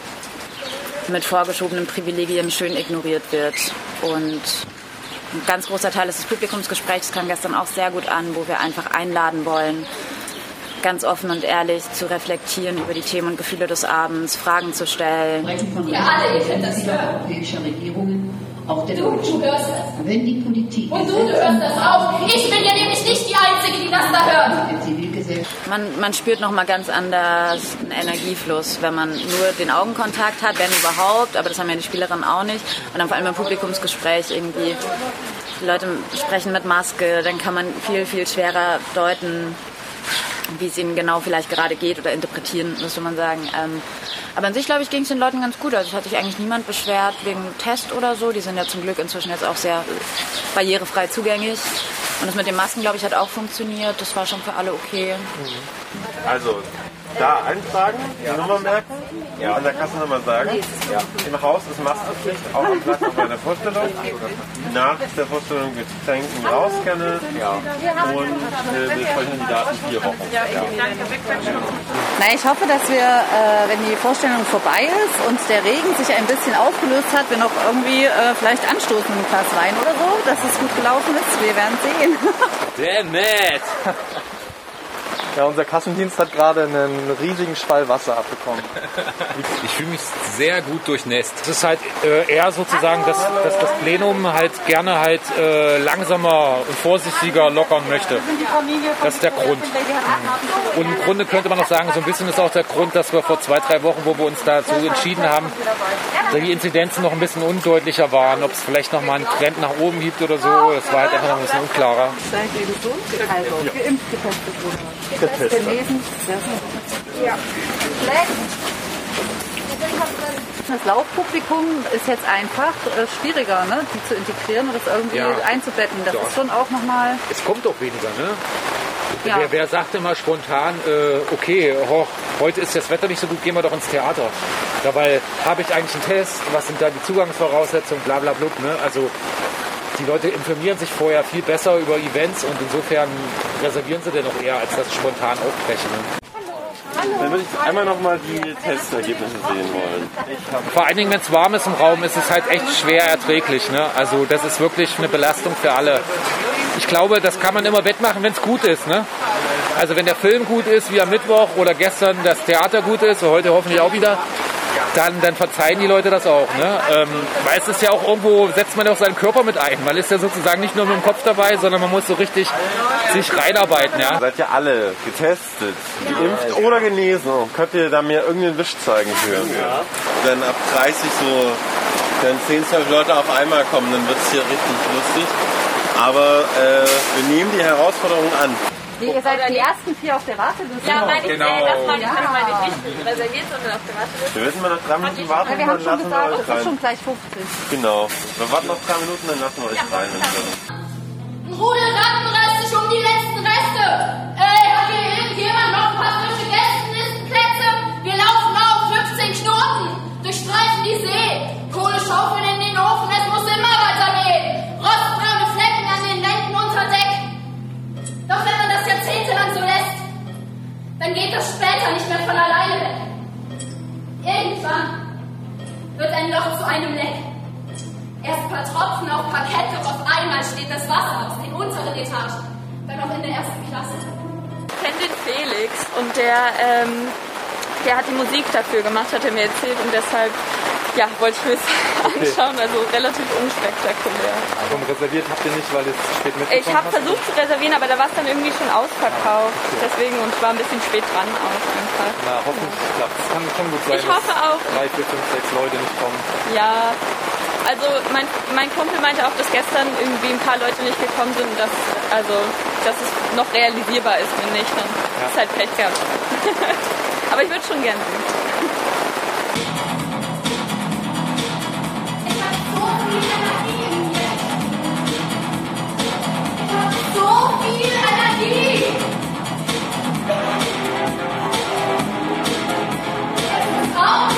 mit vorgeschobenen Privilegien schön ignoriert wird. Und ein ganz großer Teil ist des Publikumsgesprächs, das kam gestern auch sehr gut an, wo wir einfach einladen wollen, ganz offen und ehrlich zu reflektieren über die Themen und Gefühle des Abends, Fragen zu stellen. Ihr alle, ihr könnt das hören. Europäischer Regierungen, auch der Du, du hörst das. Wenn die Politik... Und du, du hörst das auch. Ich bin ja nämlich nicht die Einzige, die das da hört. Man, man spürt nochmal ganz anders einen Energiefluss, wenn man nur den Augenkontakt hat, wenn überhaupt, aber das haben ja die Spielerinnen auch nicht. Und dann vor allem im Publikumsgespräch irgendwie, die Leute sprechen mit Maske, dann kann man viel, viel schwerer deuten, wie es ihnen genau vielleicht gerade geht oder interpretieren, müsste man sagen. Ähm, aber an sich, glaube ich, ging es den Leuten ganz gut. Also es hat sich eigentlich niemand beschwert wegen Test oder so. Die sind ja zum Glück inzwischen jetzt auch sehr barrierefrei zugänglich. Und das mit den Masken, glaube ich, hat auch funktioniert. Das war schon für alle okay. Also, da eintragen, die Nummer merken, ja. An der Kasse nochmal sagen. Ja. Im Haus ist Maskenpflicht, auch am Platz auch bei der Vorstellung. Nach der Vorstellung Getränken rausscannen ja. und äh, wir sprechen die Daten vier Wochen. Ja. Na, ich hoffe, dass wir, äh, wenn die Vorstellung vorbei ist und der Regen sich ein bisschen aufgelöst hat, wir noch irgendwie äh, vielleicht anstoßen mit einem Glas Wein oder so, dass es gut gelaufen ist. Wir werden sehen. Damn it! Ja, unser Kassendienst hat gerade einen riesigen Schwall Wasser abbekommen. Ich fühle mich sehr gut durchnässt. Es ist halt äh, eher sozusagen, dass, dass das Plenum halt gerne halt äh, langsamer und vorsichtiger lockern möchte. Das ist der Grund. Und im Grunde könnte man auch sagen, so ein bisschen ist auch der Grund, dass wir vor zwei, drei Wochen, wo wir uns dazu entschieden haben, dass die Inzidenzen noch ein bisschen undeutlicher waren, ob es vielleicht noch mal einen Trend nach oben gibt oder so. Das war halt einfach noch ein bisschen unklarer. Also, geimpft, getestet wurde. Getestet. Ja. Das Laufpublikum ist jetzt einfach äh, schwieriger, ne? Die zu integrieren und das irgendwie ja. einzubetten. Das ja. ist schon auch nochmal... Es kommt auch weniger, ne? Ja. Wer, wer sagt immer spontan, äh, okay, hoch, heute ist das Wetter nicht so gut, gehen wir doch ins Theater. Dabei habe ich eigentlich einen Test, was sind da die Zugangsvoraussetzungen, bla bla blub, ne? Also die Leute informieren sich vorher viel besser über Events und insofern reservieren sie denn auch eher, als dass sie spontan aufbrechen. Ne? Dann würde ich einmal nochmal die Testergebnisse sehen wollen. Vor allen Dingen, wenn es warm ist im Raum, ist es halt echt schwer erträglich. Ne? Also das ist wirklich eine Belastung für alle. Ich glaube, das kann man immer wettmachen, wenn es gut ist. Ne? Also wenn der Film gut ist, wie am Mittwoch oder gestern das Theater gut ist, und heute hoffentlich auch wieder, dann, dann verzeihen die Leute das auch. Ne? Ähm, weil es ist ja auch irgendwo, setzt man ja auch seinen Körper mit ein. Man ist ja sozusagen nicht nur mit dem Kopf dabei, sondern man muss so richtig sich reinarbeiten. Ja? Ihr seid ja alle getestet, geimpft oder genesen. Könnt ihr da mir irgendeinen Wisch zeigen für? Ja. Wenn ab dreißig so dann zehn, zwölf Leute auf einmal kommen, dann wird es hier richtig lustig. Aber äh, wir nehmen die Herausforderung an. Wie, ihr seid die ersten vier auf der Warteliste? Ja, meine ich, genau. das war ja. meine ich nicht reserviert, sondern auf der Warteliste. Wir wissen mal nach drei Minuten warten, ja, wir haben schon gesagt, es ist schon gleich fünfzig. Genau. Wir warten noch drei Minuten, dann lassen wir euch rein. Ein Rudel Ratten reißt sich um die letzten Reste. Ey, hat hier irgendjemand noch ein paar frische Gästenlistenplätze? Wir laufen auf fünfzehn Knoten, durchstreifen die See. Kohle schaufeln in den Ofen, es muss immer weitergehen. Rostbraune Flecken an den Wänden unter Deck. Doch wenn man das jahrzehntelang so lässt, dann geht das später nicht mehr von alleine weg. Irgendwann wird ein Loch zu einem Leck. Erst ein paar Tropfen auf Parkett, doch auf einmal steht das Wasser aus den unteren Etagen. Dann auch in der ersten Klasse. Ich kenne den Felix und der, ähm, der hat die Musik dafür gemacht, hat er mir erzählt und deshalb ja, wollte ich mir das anschauen, also relativ unspektakulär. Warum reserviert habt ihr nicht, weil es spät mitbekommen Ich habe versucht zu reservieren, aber da war es dann irgendwie schon ausverkauft. Okay. Deswegen, und ich war ein bisschen spät dran auch einfach. Na, hoffentlich klappt es. Kann schon gut sein, ich hoffe dass auch. drei, vier, fünf, sechs Leute nicht kommen. Ja, also mein, mein Kumpel meinte auch, dass gestern irgendwie ein paar Leute nicht gekommen sind und dass, also, dass es noch realisierbar ist, wenn nicht, dann ja. ist halt Pech gehabt. Aber ich würde schon gerne sehen. So viel Energie! Es ist raus!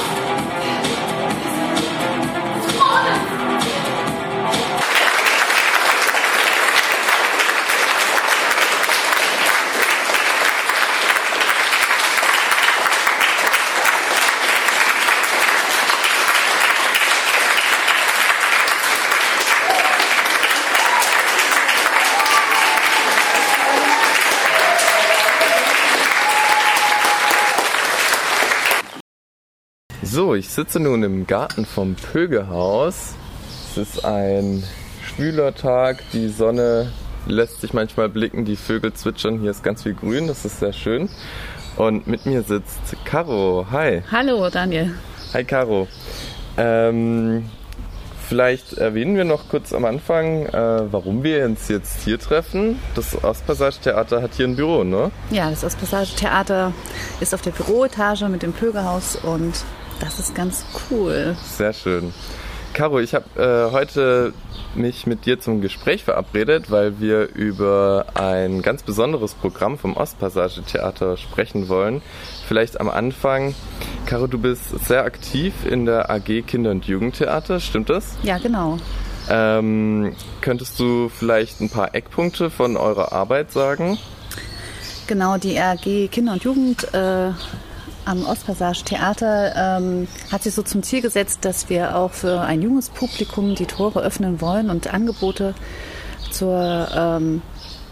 Vorne! So, ich sitze nun im Garten vom Pögehaus. Es ist ein schwüler Tag, die Sonne lässt sich manchmal blicken, die Vögel zwitschern, hier ist ganz viel Grün, das ist sehr schön. Und mit mir sitzt Caro. Hi. Hallo Daniel. Hi Caro. Ähm, vielleicht erwähnen wir noch kurz am Anfang, äh, warum wir uns jetzt hier treffen. Das Ostpassage-Theater hat hier ein Büro, ne? Ja, das Ostpassage-Theater ist auf der Büroetage mit dem Pögehaus und das ist ganz cool. Sehr schön. Caro, ich habe äh, heute mich mit dir zum Gespräch verabredet, weil wir über ein ganz besonderes Programm vom Ostpassage-Theater sprechen wollen. Vielleicht am Anfang, Caro, du bist sehr aktiv in der A G Kinder- und Jugendtheater, stimmt das? Ja, genau. Ähm, könntest du vielleicht ein paar Eckpunkte von eurer Arbeit sagen? Genau, die A G Kinder- und Jugend äh, am Ostpassage-Theater ähm, hat sich so zum Ziel gesetzt, dass wir auch für ein junges Publikum die Tore öffnen wollen und Angebote zur, ähm,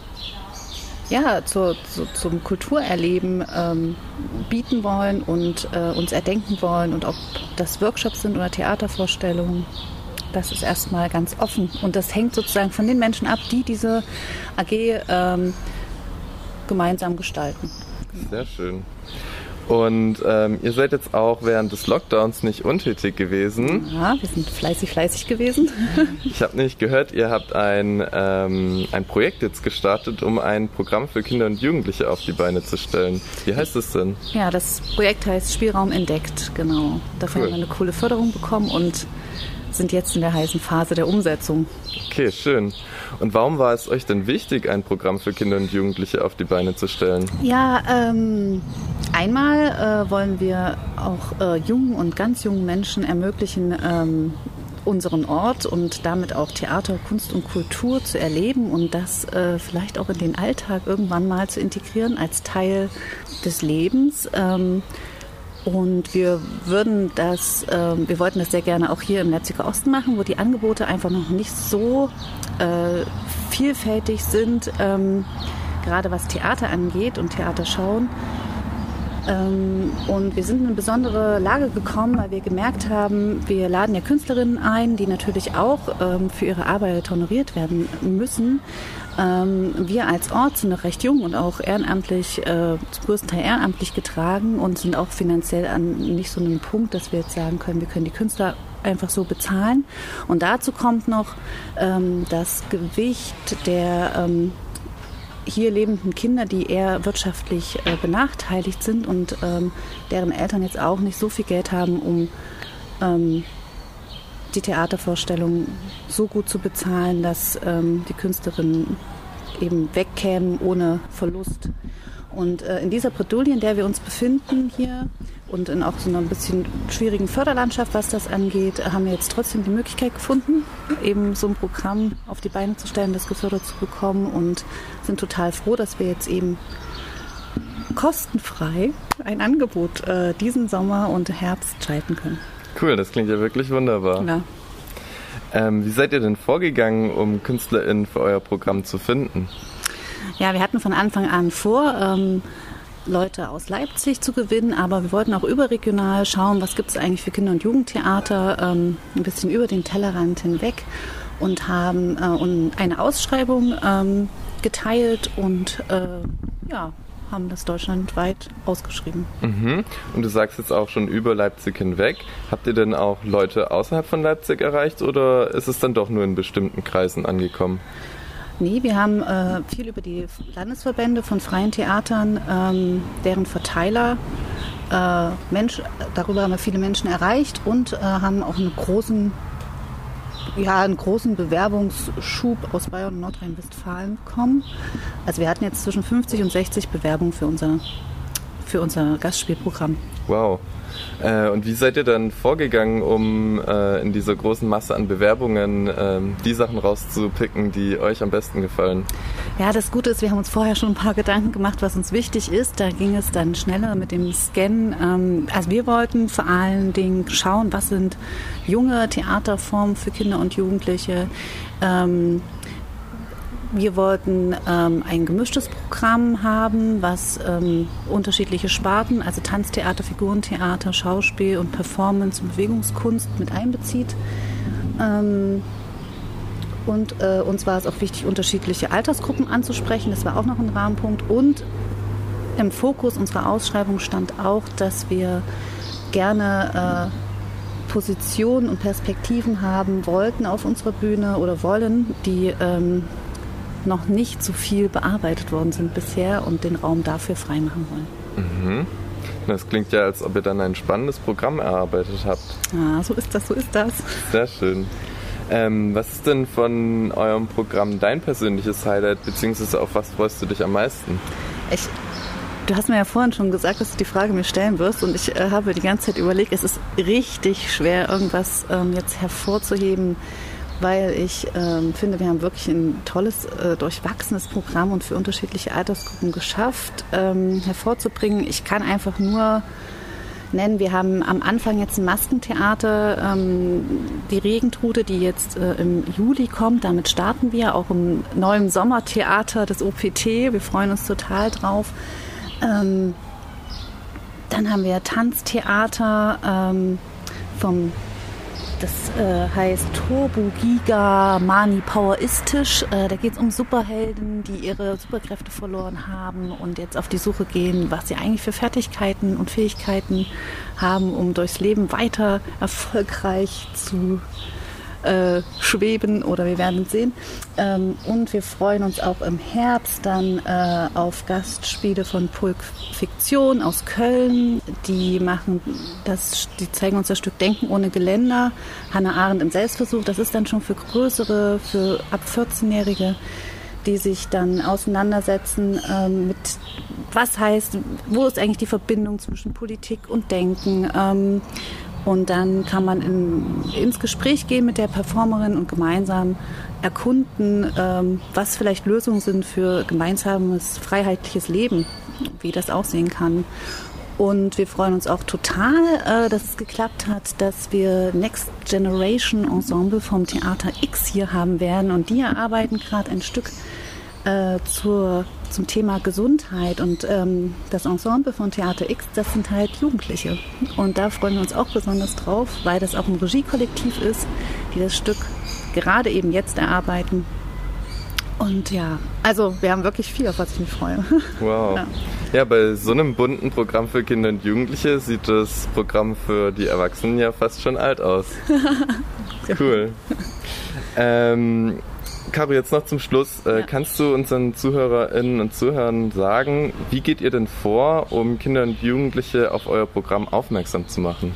ja, zur, zu, zum Kulturerleben ähm, bieten wollen und äh, uns erdenken wollen. Und ob das Workshops sind oder Theatervorstellungen, das ist erstmal ganz offen. Und das hängt sozusagen von den Menschen ab, die diese A G ähm, gemeinsam gestalten. Sehr schön. Und ähm, ihr seid jetzt auch während des Lockdowns nicht untätig gewesen. Ja, wir sind fleißig, fleißig gewesen. Ich habe nämlich gehört, ihr habt ein, ähm, ein Projekt jetzt gestartet, um ein Programm für Kinder und Jugendliche auf die Beine zu stellen. Wie heißt es denn? Ja, das Projekt heißt Spielraum entdeckt, genau. Dafür cool. haben wir eine coole Förderung bekommen und sind jetzt in der heißen Phase der Umsetzung. Okay, schön. Und warum war es euch denn wichtig, ein Programm für Kinder und Jugendliche auf die Beine zu stellen? Ja, ähm, einmal äh, wollen wir auch äh, jungen und ganz jungen Menschen ermöglichen, ähm, unseren Ort und damit auch Theater, Kunst und Kultur zu erleben und das äh, vielleicht auch in den Alltag irgendwann mal zu integrieren als Teil des Lebens. Ähm, Und wir würden das, äh, wir wollten das sehr gerne auch hier im Leipziger Osten machen, wo die Angebote einfach noch nicht so äh, vielfältig sind, ähm, gerade was Theater angeht und Theaterschauen. Ähm, und wir sind in eine besondere Lage gekommen, weil wir gemerkt haben, wir laden ja Künstlerinnen ein, die natürlich auch ähm, für ihre Arbeit honoriert werden müssen. Ähm, wir als Ort sind noch recht jung und auch ehrenamtlich, äh, zum größten Teil ehrenamtlich getragen und sind auch finanziell an nicht so einem Punkt, dass wir jetzt sagen können, wir können die Künstler einfach so bezahlen. Und dazu kommt noch ähm, das Gewicht der ähm, hier lebenden Kinder, die eher wirtschaftlich äh, benachteiligt sind und ähm, deren Eltern jetzt auch nicht so viel Geld haben, um ähm, die Theatervorstellung so gut zu bezahlen, dass ähm, die Künstlerinnen eben wegkämen ohne Verlust. Und äh, in dieser Bredouille, in der wir uns befinden hier und in auch so einer ein bisschen schwierigen Förderlandschaft, was das angeht, haben wir jetzt trotzdem die Möglichkeit gefunden, eben so ein Programm auf die Beine zu stellen, das gefördert zu bekommen und sind total froh, dass wir jetzt eben kostenfrei ein Angebot äh, diesen Sommer und Herbst schalten können. Cool, das klingt ja wirklich wunderbar. Ja. Ähm, wie seid ihr denn vorgegangen, um KünstlerInnen für euer Programm zu finden? Ja, wir hatten von Anfang an vor, ähm, Leute aus Leipzig zu gewinnen, aber wir wollten auch überregional schauen, was gibt es eigentlich für Kinder- und Jugendtheater, ähm, ein bisschen über den Tellerrand hinweg und haben äh, eine Ausschreibung ähm, geteilt und äh, ja, haben das deutschlandweit ausgeschrieben. Mhm. Und du sagst jetzt auch schon über Leipzig hinweg. Habt ihr denn auch Leute außerhalb von Leipzig erreicht oder ist es dann doch nur in bestimmten Kreisen angekommen? Nee, wir haben äh, viel über die Landesverbände von freien Theatern, ähm, deren Verteiler, äh, Mensch, darüber haben wir viele Menschen erreicht und äh, haben auch einen großen, ja, einen großen Bewerbungsschub aus Bayern und Nordrhein-Westfalen bekommen. Also wir hatten jetzt zwischen fünfzig und sechzig Bewerbungen für unser, für unser Gastspielprogramm. Wow. Äh, und wie seid ihr dann vorgegangen, um äh, in dieser großen Masse an Bewerbungen äh, die Sachen rauszupicken, die euch am besten gefallen? Ja, das Gute ist, wir haben uns vorher schon ein paar Gedanken gemacht, was uns wichtig ist. Da ging es dann schneller mit dem Scannen. Ähm, also wir wollten vor allen Dingen schauen, was sind junge Theaterformen für Kinder und Jugendliche. Ähm, wir wollten ähm, ein gemischtes Programm haben, was ähm, unterschiedliche Sparten, also Tanztheater, Figurentheater, Schauspiel und Performance und Bewegungskunst mit einbezieht. Ähm, und äh, uns war es auch wichtig, unterschiedliche Altersgruppen anzusprechen. Das war auch noch ein Rahmenpunkt. Und im Fokus unserer Ausschreibung stand auch, dass wir gerne äh, Positionen und Perspektiven haben wollten auf unserer Bühne oder wollen, die ähm, noch nicht so viel bearbeitet worden sind bisher und den Raum dafür freimachen wollen. Mhm. Das klingt ja, als ob ihr dann ein spannendes Programm erarbeitet habt. Ja, so ist das, so ist das. Sehr schön. Ähm, was ist denn von eurem Programm dein persönliches Highlight, beziehungsweise auf was freust du dich am meisten? Ich, du hast mir ja vorhin schon gesagt, dass du die Frage mir stellen wirst und ich äh, habe die ganze Zeit überlegt, es ist richtig schwer, irgendwas ähm, jetzt hervorzuheben, weil ich ähm, finde, wir haben wirklich ein tolles, äh, durchwachsenes Programm und für unterschiedliche Altersgruppen geschafft, ähm, hervorzubringen. Ich kann einfach nur nennen, wir haben am Anfang jetzt ein Maskentheater, ähm, die Regentrute, die jetzt äh, im Juli kommt, damit starten wir, auch im neuen Sommertheater des O P T, wir freuen uns total drauf. Ähm, dann haben wir Tanztheater ähm, vom Das äh, heißt Turbo Giga Mani Poweristisch. Äh, da geht es um Superhelden, die ihre Superkräfte verloren haben und jetzt auf die Suche gehen, was sie eigentlich für Fertigkeiten und Fähigkeiten haben, um durchs Leben weiter erfolgreich zu äh, schweben, oder wir werden es sehen. Ähm, und wir freuen uns auch im Herbst dann äh, auf Gastspiele von Pulp Fiktion aus Köln. Die machen das, die zeigen uns das Stück Denken ohne Geländer. Hannah Arendt im Selbstversuch. Das ist dann schon für größere, für ab vierzehnjährige, die sich dann auseinandersetzen ähm, mit, was heißt, wo ist eigentlich die Verbindung zwischen Politik und Denken. Ähm, Und dann kann man in, ins Gespräch gehen mit der Performerin und gemeinsam erkunden, ähm, was vielleicht Lösungen sind für gemeinsames, freiheitliches Leben, wie das aussehen kann. Und wir freuen uns auch total, äh, dass es geklappt hat, dass wir Next Generation Ensemble vom Theater X hier haben werden. Und die erarbeiten gerade ein Stück äh, zur, zum Thema Gesundheit. Und ähm, das Ensemble von Theater X, das sind halt Jugendliche. Und da freuen wir uns auch besonders drauf, weil das auch ein Regiekollektiv ist, die das Stück gerade eben jetzt erarbeiten. Und ja, also wir haben wirklich viel, auf was ich mich freue. Wow. Ja. Ja, bei so einem bunten Programm für Kinder und Jugendliche sieht das Programm für die Erwachsenen ja fast schon alt aus. Cool. ähm, Caro, jetzt noch zum Schluss. Äh, ja. Kannst du unseren ZuhörerInnen und Zuhörern sagen, wie geht ihr denn vor, um Kinder und Jugendliche auf euer Programm aufmerksam zu machen?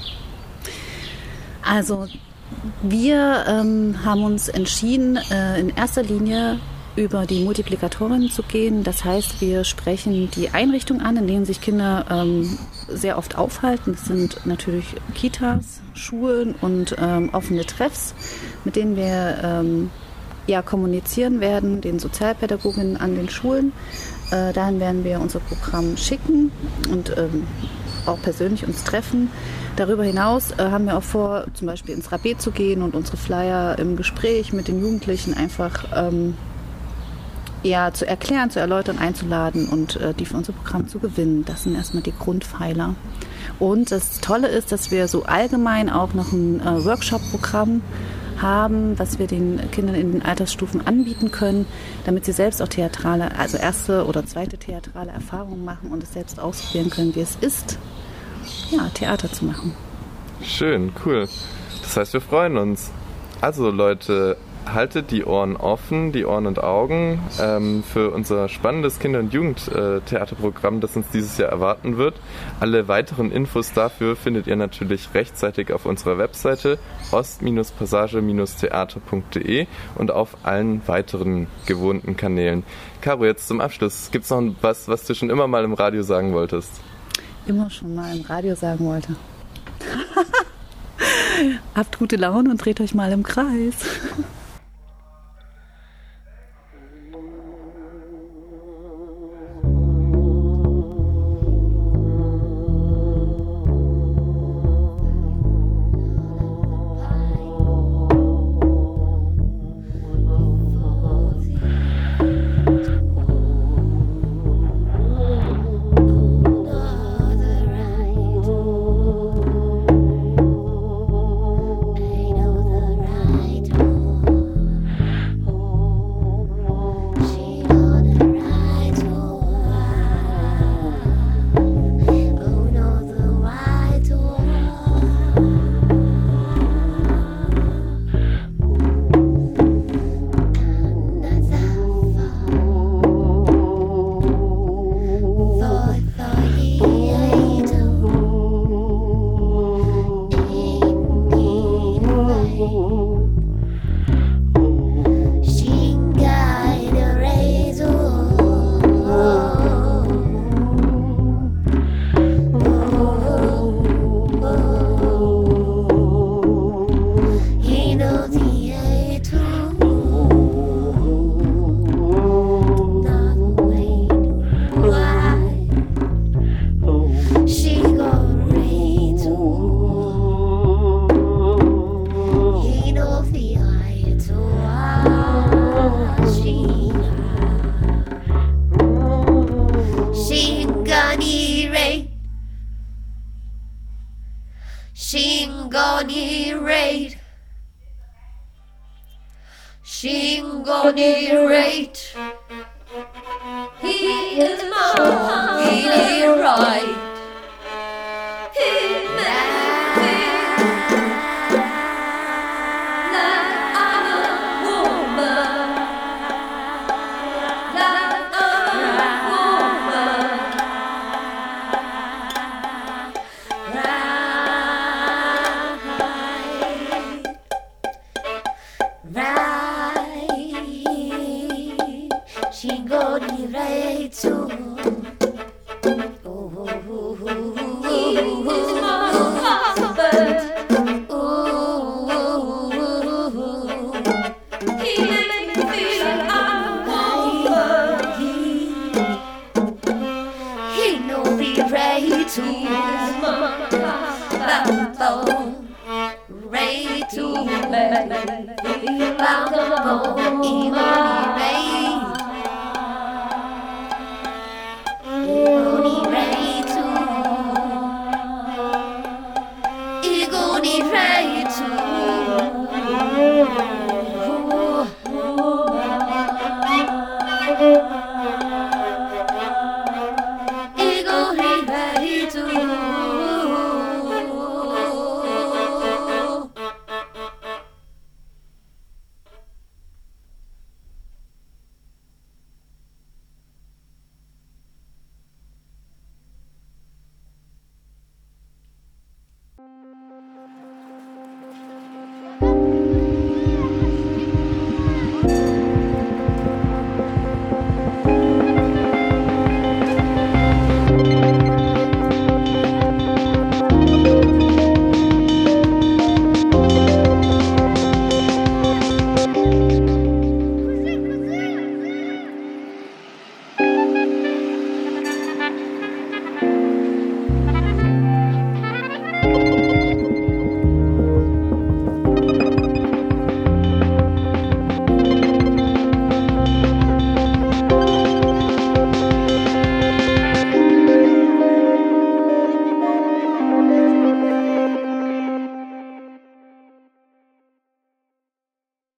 Also wir ähm, haben uns entschieden, äh, in erster Linie über die Multiplikatorinnen zu gehen. Das heißt, wir sprechen die Einrichtungen an, in denen sich Kinder ähm, sehr oft aufhalten. Das sind natürlich Kitas, Schulen und ähm, offene Treffs, mit denen wir ähm, ja, kommunizieren werden, den Sozialpädagoginnen an den Schulen. Äh, dahin werden wir unser Programm schicken und ähm, auch persönlich uns treffen. Darüber hinaus äh, haben wir auch vor, zum Beispiel ins Rabé zu gehen und unsere Flyer im Gespräch mit den Jugendlichen einfach ähm, ja, zu erklären, zu erläutern, einzuladen und äh, die für unser Programm zu gewinnen. Das sind erstmal die Grundpfeiler. Und das Tolle ist, dass wir so allgemein auch noch ein äh, Workshop-Programm haben, was wir den Kindern in den Altersstufen anbieten können, damit sie selbst auch theatrale, also erste oder zweite theatrale Erfahrungen machen und es selbst ausprobieren können, wie es ist, ja, Theater zu machen. Schön, cool. Das heißt, wir freuen uns. Also Leute, haltet die Ohren offen, die Ohren und Augen ähm, für unser spannendes Kinder- und Jugendtheaterprogramm, das uns dieses Jahr erwarten wird. Alle weiteren Infos dafür findet ihr natürlich rechtzeitig auf unserer Webseite ost passage theater punkt de und auf allen weiteren gewohnten Kanälen. Caro, jetzt zum Abschluss. Gibt es noch was, was du schon immer mal im Radio sagen wolltest? Immer schon mal im Radio sagen wollte. Habt gute Laune und dreht euch mal im Kreis. Shingoni raid. Shingoni raid. He is mine. He is right. He made me like I'm a woman. Like I'm a woman. Shingoni raid too. Ray to me,